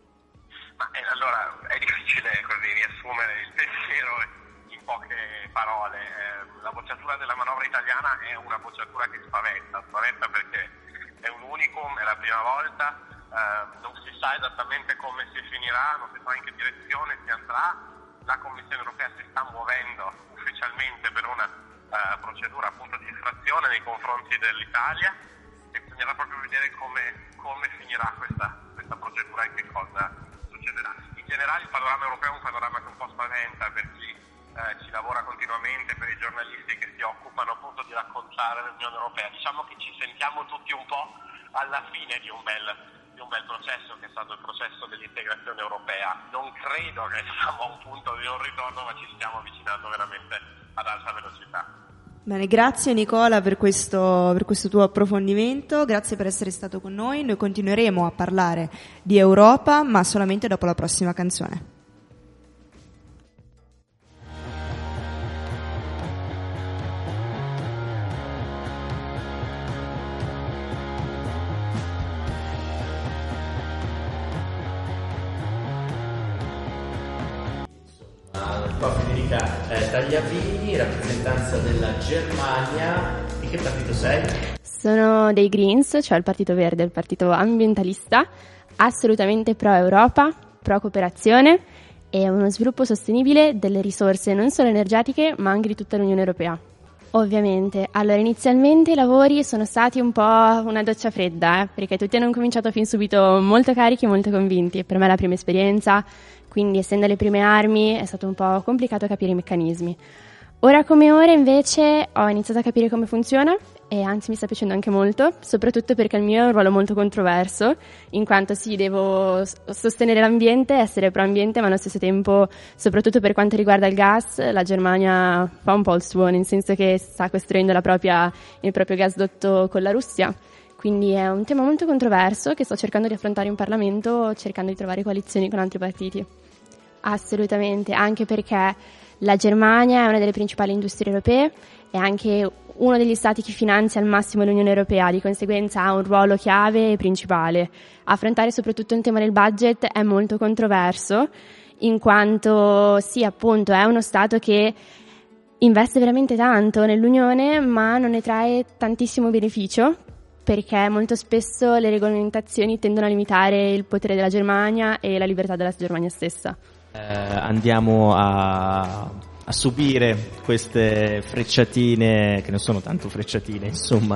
Ma eh, allora è difficile così riassumere il pensiero in poche parole. Eh, la bocciatura della manovra italiana è una bocciatura che spaventa, spaventa perché è un unicum, è la prima volta, eh, non si sa esattamente come si finirà, non si sa in che direzione si andrà. La Commissione Europea si sta muovendo ufficialmente per una uh, procedura appunto di infrazione nei confronti dell'Italia, e bisognerà proprio vedere come, come finirà questa, questa procedura e che cosa succederà. In generale il panorama europeo è un panorama che un po' spaventa per chi eh, ci lavora continuamente, per i giornalisti che si occupano appunto di raccontare l'Unione Europea. Diciamo che ci sentiamo tutti un po' alla fine di un bel un bel processo che è stato il processo dell'integrazione europea. Non credo che siamo a un punto di non ritorno, ma ci stiamo avvicinando veramente ad alta velocità. Bene, grazie Nicola per questo, per questo tuo approfondimento, grazie per essere stato con noi. Noi continueremo a parlare di Europa, ma solamente dopo la prossima canzone. Qua Federica eh, Tagliavini, rappresentanza della Germania. Di che partito sei? Sono dei Greens, cioè il partito verde, il partito ambientalista, assolutamente pro Europa, pro cooperazione e uno sviluppo sostenibile delle risorse non solo energetiche ma anche di tutta l'Unione Europea. Ovviamente, allora inizialmente i lavori sono stati un po' una doccia fredda, eh, perché tutti hanno cominciato fin subito molto carichi e molto convinti. Per me è la prima esperienza, quindi essendo le prime armi è stato un po' complicato capire i meccanismi. Ora come ora invece ho iniziato a capire come funziona e anzi mi sta piacendo anche molto, soprattutto perché il mio è un ruolo molto controverso, in quanto sì, devo sostenere l'ambiente, essere pro-ambiente, ma allo stesso tempo, soprattutto per quanto riguarda il gas, la Germania fa un po' il suo, nel senso che sta costruendo la propria, il proprio gasdotto con la Russia. Quindi è un tema molto controverso che sto cercando di affrontare in Parlamento, cercando di trovare coalizioni con altri partiti. Assolutamente, anche perché la Germania è una delle principali industrie europee, è anche uno degli stati che finanzia al massimo l'Unione Europea, di conseguenza ha un ruolo chiave e principale. Affrontare soprattutto un tema del budget è molto controverso, in quanto sì, appunto, è uno stato che investe veramente tanto nell'Unione, ma non ne trae tantissimo beneficio, perché molto spesso le regolamentazioni tendono a limitare il potere della Germania e la libertà della Germania stessa. Eh, andiamo a, a subire queste frecciatine, che non sono tanto frecciatine, insomma,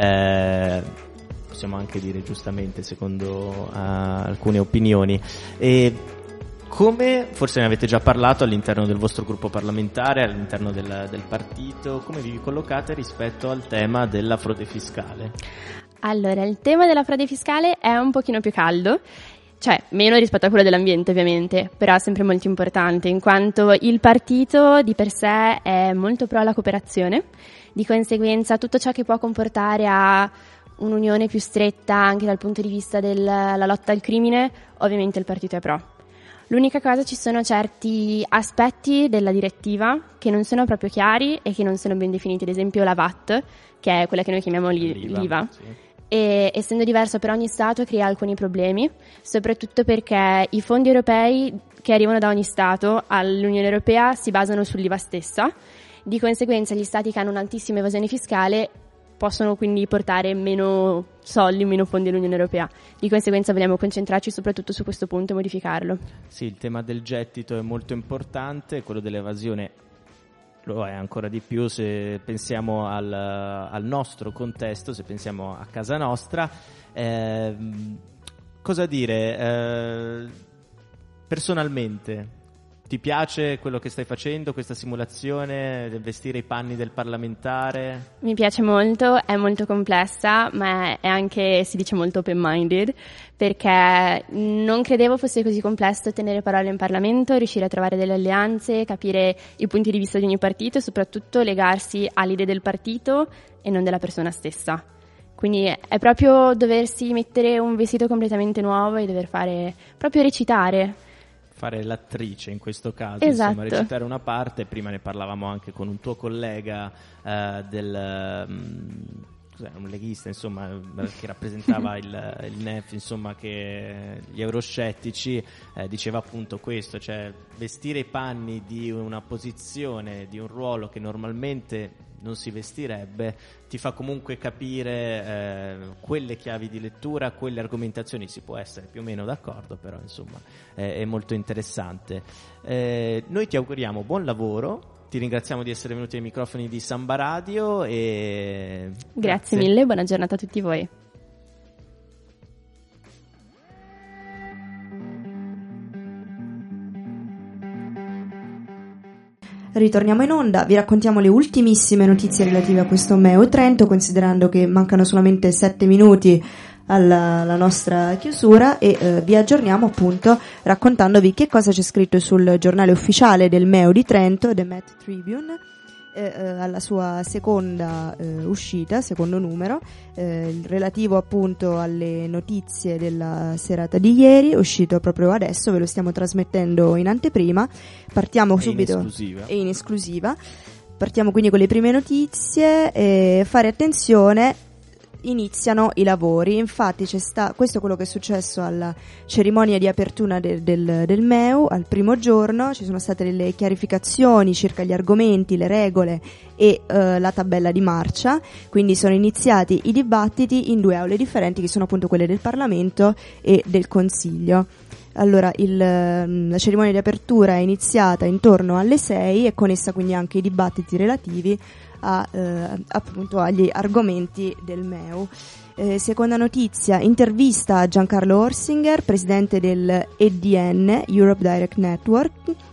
eh, possiamo anche dire giustamente, secondo uh, alcune opinioni. E come, forse ne avete già parlato all'interno del vostro gruppo parlamentare, all'interno del, del partito, come vi collocate rispetto al tema della frode fiscale? Allora, il tema della frode fiscale è un pochino più caldo, cioè meno rispetto a quello dell'ambiente ovviamente, però è sempre molto importante, in quanto il partito di per sé è molto pro alla cooperazione, di conseguenza tutto ciò che può comportare a un'unione più stretta anche dal punto di vista della lotta al crimine, ovviamente il partito è pro. L'unica cosa, ci sono certi aspetti della direttiva che non sono proprio chiari e che non sono ben definiti, ad esempio la V A T, che è quella che noi chiamiamo l'I- l'I V A. Sì. E essendo diverso per ogni Stato crea alcuni problemi, soprattutto perché i fondi europei che arrivano da ogni Stato all'Unione Europea si basano sull'I V A stessa, di conseguenza gli Stati che hanno un'altissima evasione fiscale possono quindi portare meno soldi, meno fondi all'Unione Europea. Di conseguenza vogliamo concentrarci soprattutto su questo punto e modificarlo. Sì, il tema del gettito è molto importante, quello dell'evasione lo è ancora di più se pensiamo al, al nostro contesto, se pensiamo a casa nostra. Eh, cosa dire? Eh, personalmente, ti piace quello che stai facendo, questa simulazione, vestire i panni del parlamentare? Mi piace molto, è molto complessa, ma è anche, si dice, molto open-minded, perché non credevo fosse così complesso tenere parole in Parlamento, riuscire a trovare delle alleanze, capire i punti di vista di ogni partito e soprattutto legarsi all'idea del partito e non della persona stessa. Quindi è proprio doversi mettere un vestito completamente nuovo e dover fare, proprio recitare. Fare l'attrice in questo caso, esatto. Insomma, recitare una parte. Prima ne parlavamo anche con un tuo collega eh, del um, un leghista, insomma, che rappresentava il, il N E F, insomma, che gli euroscettici, eh, diceva appunto questo, cioè vestire i panni di una posizione, di un ruolo che normalmente non si vestirebbe, ti fa comunque capire eh, quelle chiavi di lettura, quelle argomentazioni. Si può essere più o meno d'accordo, però insomma eh, è molto interessante. Eh, noi ti auguriamo buon lavoro, ti ringraziamo di essere venuti ai microfoni di Samba Radio e grazie, grazie mille, buona giornata a tutti voi. Ritorniamo in onda, vi raccontiamo le ultimissime notizie relative a questo Meo Trento, considerando che mancano solamente sette minuti alla, alla nostra chiusura, e eh, vi aggiorniamo appunto raccontandovi che cosa c'è scritto sul giornale ufficiale del Meo di Trento, The Met Tribune, eh, eh, alla sua seconda eh, uscita, secondo numero, eh, relativo appunto alle notizie della serata di ieri, uscito proprio adesso, ve lo stiamo trasmettendo in anteprima. Partiamo e subito in esclusiva. e in esclusiva. Partiamo quindi con le prime notizie. E fare attenzione, iniziano i lavori. Infatti c'è sta, questo è quello che è successo alla cerimonia di apertura del, del, del Meu. Al primo giorno ci sono state delle chiarificazioni circa gli argomenti, le regole e uh, la tabella di marcia, quindi sono iniziati i dibattiti in due aule differenti, che sono appunto quelle del Parlamento e del Consiglio. Allora, il, la cerimonia di apertura è iniziata intorno alle sei e con essa quindi anche i dibattiti relativi a, eh, appunto agli argomenti del Meu. Eh, seconda notizia, intervista a Giancarlo Orsinger, presidente del E D N, Europe Direct Network,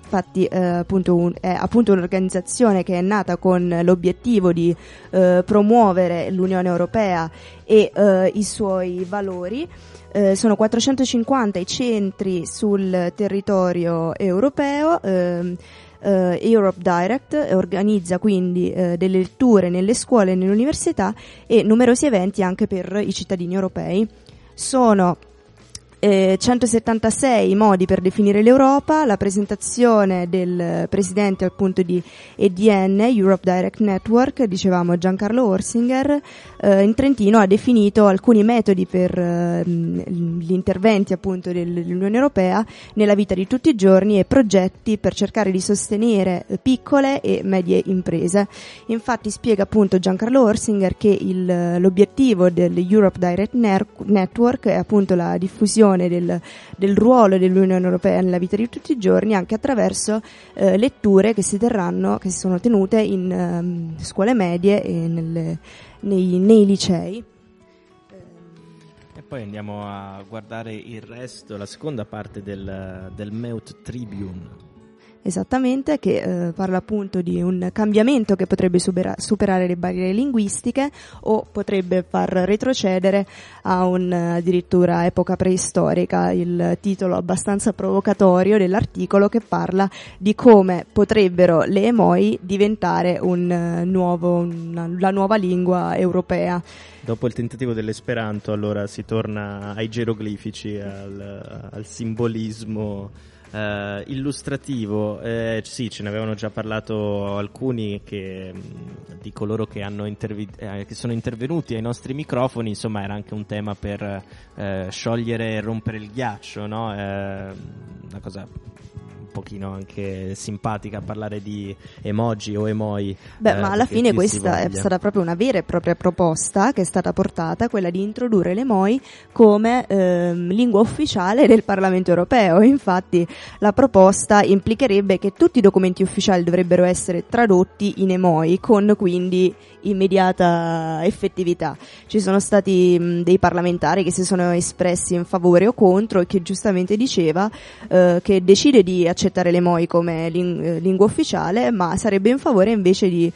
infatti eh, appunto un, è appunto un'organizzazione che è nata con l'obiettivo di eh, promuovere l'Unione Europea e eh, i suoi valori. Eh, sono quattrocentocinquanta i centri sul territorio europeo. eh, Uh, Europe Direct organizza quindi uh, delle letture nelle scuole e nelle università e numerosi eventi anche per i cittadini europei. Sono eh, centosettantasei modi per definire l'Europa. La presentazione del presidente appunto di E D N, Europe Direct Network, dicevamo Giancarlo Orsinger, eh, in Trentino ha definito alcuni metodi per eh, gli interventi appunto dell'Unione Europea nella vita di tutti i giorni e progetti per cercare di sostenere eh, piccole e medie imprese. Infatti spiega appunto Giancarlo Orsinger che il, l'obiettivo dell'Europe Direct Network è appunto la diffusione Del, del ruolo dell'Unione Europea nella vita di tutti i giorni anche attraverso eh, letture che si terranno, che si sono tenute in um, scuole medie e nelle, nei, nei licei. E poi andiamo a guardare il resto, la seconda parte del, del Meut Tribune. Esattamente, che eh, parla appunto di un cambiamento che potrebbe supera- superare le barriere linguistiche o potrebbe far retrocedere a un addirittura epoca preistorica. Il titolo abbastanza provocatorio dell'articolo che parla di come potrebbero le emoi diventare un uh, nuovo, una, la nuova lingua europea. Dopo il tentativo dell'Esperanto allora si torna ai geroglifici, al, al simbolismo Uh, illustrativo. Eh, sì, ce ne avevano già parlato alcuni che, di coloro che, hanno intervi- eh, che sono intervenuti ai nostri microfoni. Insomma, era anche un tema per eh, sciogliere e rompere il ghiaccio, no? Eh, una cosa un pochino anche simpatica parlare di emoji o emoi. Beh, eh, ma alla fine questa è stata proprio una vera e propria proposta che è stata portata, quella di introdurre l'emoi come ehm, lingua ufficiale del Parlamento europeo. Infatti la proposta implicherebbe che tutti i documenti ufficiali dovrebbero essere tradotti in emoi, con quindi immediata effettività. Ci sono stati mh, dei parlamentari che si sono espressi in favore o contro e che giustamente diceva eh, che decide di accettare l'emoi come ling- lingua ufficiale, ma sarebbe in favore invece di,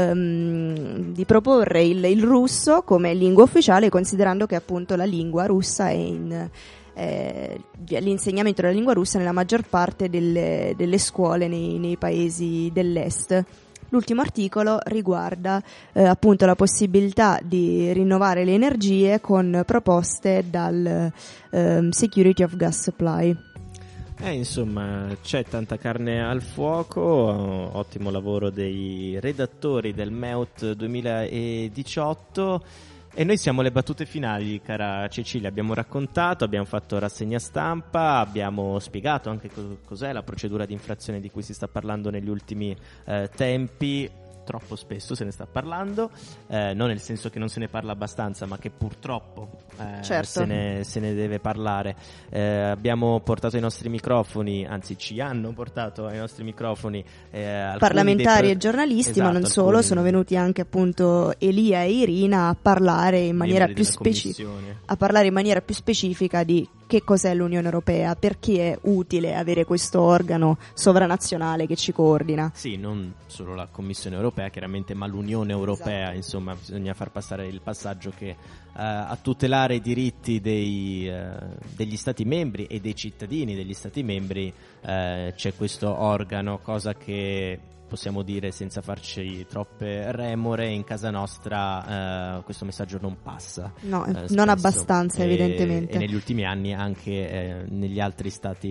ehm, di proporre il, il russo come lingua ufficiale, considerando che appunto la lingua russa è in eh, l'insegnamento della lingua russa nella maggior parte delle, delle scuole nei, nei paesi dell'est. L'ultimo articolo riguarda eh, appunto la possibilità di rinnovare le energie con proposte dal eh, Security of Gas Supply. Eh, insomma, c'è tanta carne al fuoco, ottimo lavoro dei redattori del Meut duemiladiciotto. E noi siamo alle battute finali, cara Cecilia. Abbiamo raccontato, abbiamo fatto rassegna stampa, abbiamo spiegato anche co- cos'è la procedura di infrazione di cui si sta parlando negli ultimi eh, tempi. Troppo spesso se ne sta parlando, eh, non nel senso che non se ne parla abbastanza, ma che purtroppo eh, certo. se, ne, se ne deve parlare. Eh, abbiamo portato ai nostri microfoni, anzi ci hanno portato ai nostri microfoni eh, parlamentari pro- e giornalisti, esatto, ma non solo, alcuni... sono venuti anche appunto Elia e Irina a parlare in maniera più specifica a parlare in maniera più specifica di che cos'è l'Unione Europea, perché è utile avere questo organo sovranazionale che ci coordina. Sì, non solo la Commissione Europea chiaramente, ma l'Unione Europea. Esatto. Insomma, bisogna far passare il passaggio che uh, a tutelare i diritti dei, uh, degli Stati membri e dei cittadini degli Stati membri uh, c'è questo organo, cosa che possiamo dire senza farci troppe remore, in casa nostra uh, questo messaggio non passa. No, uh, non abbastanza, e, evidentemente. E negli ultimi anni anche eh, negli altri stati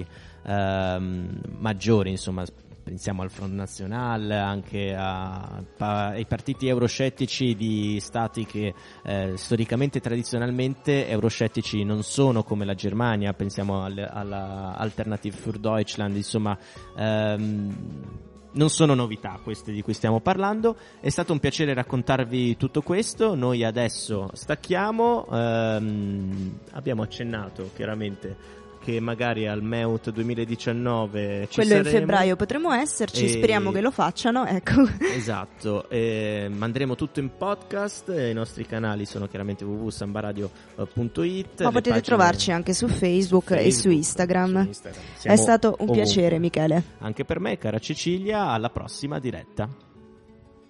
uh, maggiori, insomma, pensiamo al Front National, anche a, a, ai partiti euroscettici di stati che eh, storicamente e tradizionalmente euroscettici non sono, come la Germania, pensiamo al, alla Alternative für Deutschland, insomma ehm, non sono novità queste di cui stiamo parlando. È stato un piacere raccontarvi tutto questo. Noi adesso stacchiamo, ehm, abbiamo accennato chiaramente che magari al Meut duemiladiciannove ci quello saremo. In febbraio potremo esserci, e... speriamo che lo facciano, ecco. Esatto, e manderemo tutto in podcast, i nostri canali sono chiaramente w w w punto sambaradio punto it, ma potete pagine... trovarci anche su Facebook, Facebook e su Instagram, su Instagram. È stato un ovunque. piacere, Michele. Anche per me, cara Cecilia, alla prossima diretta.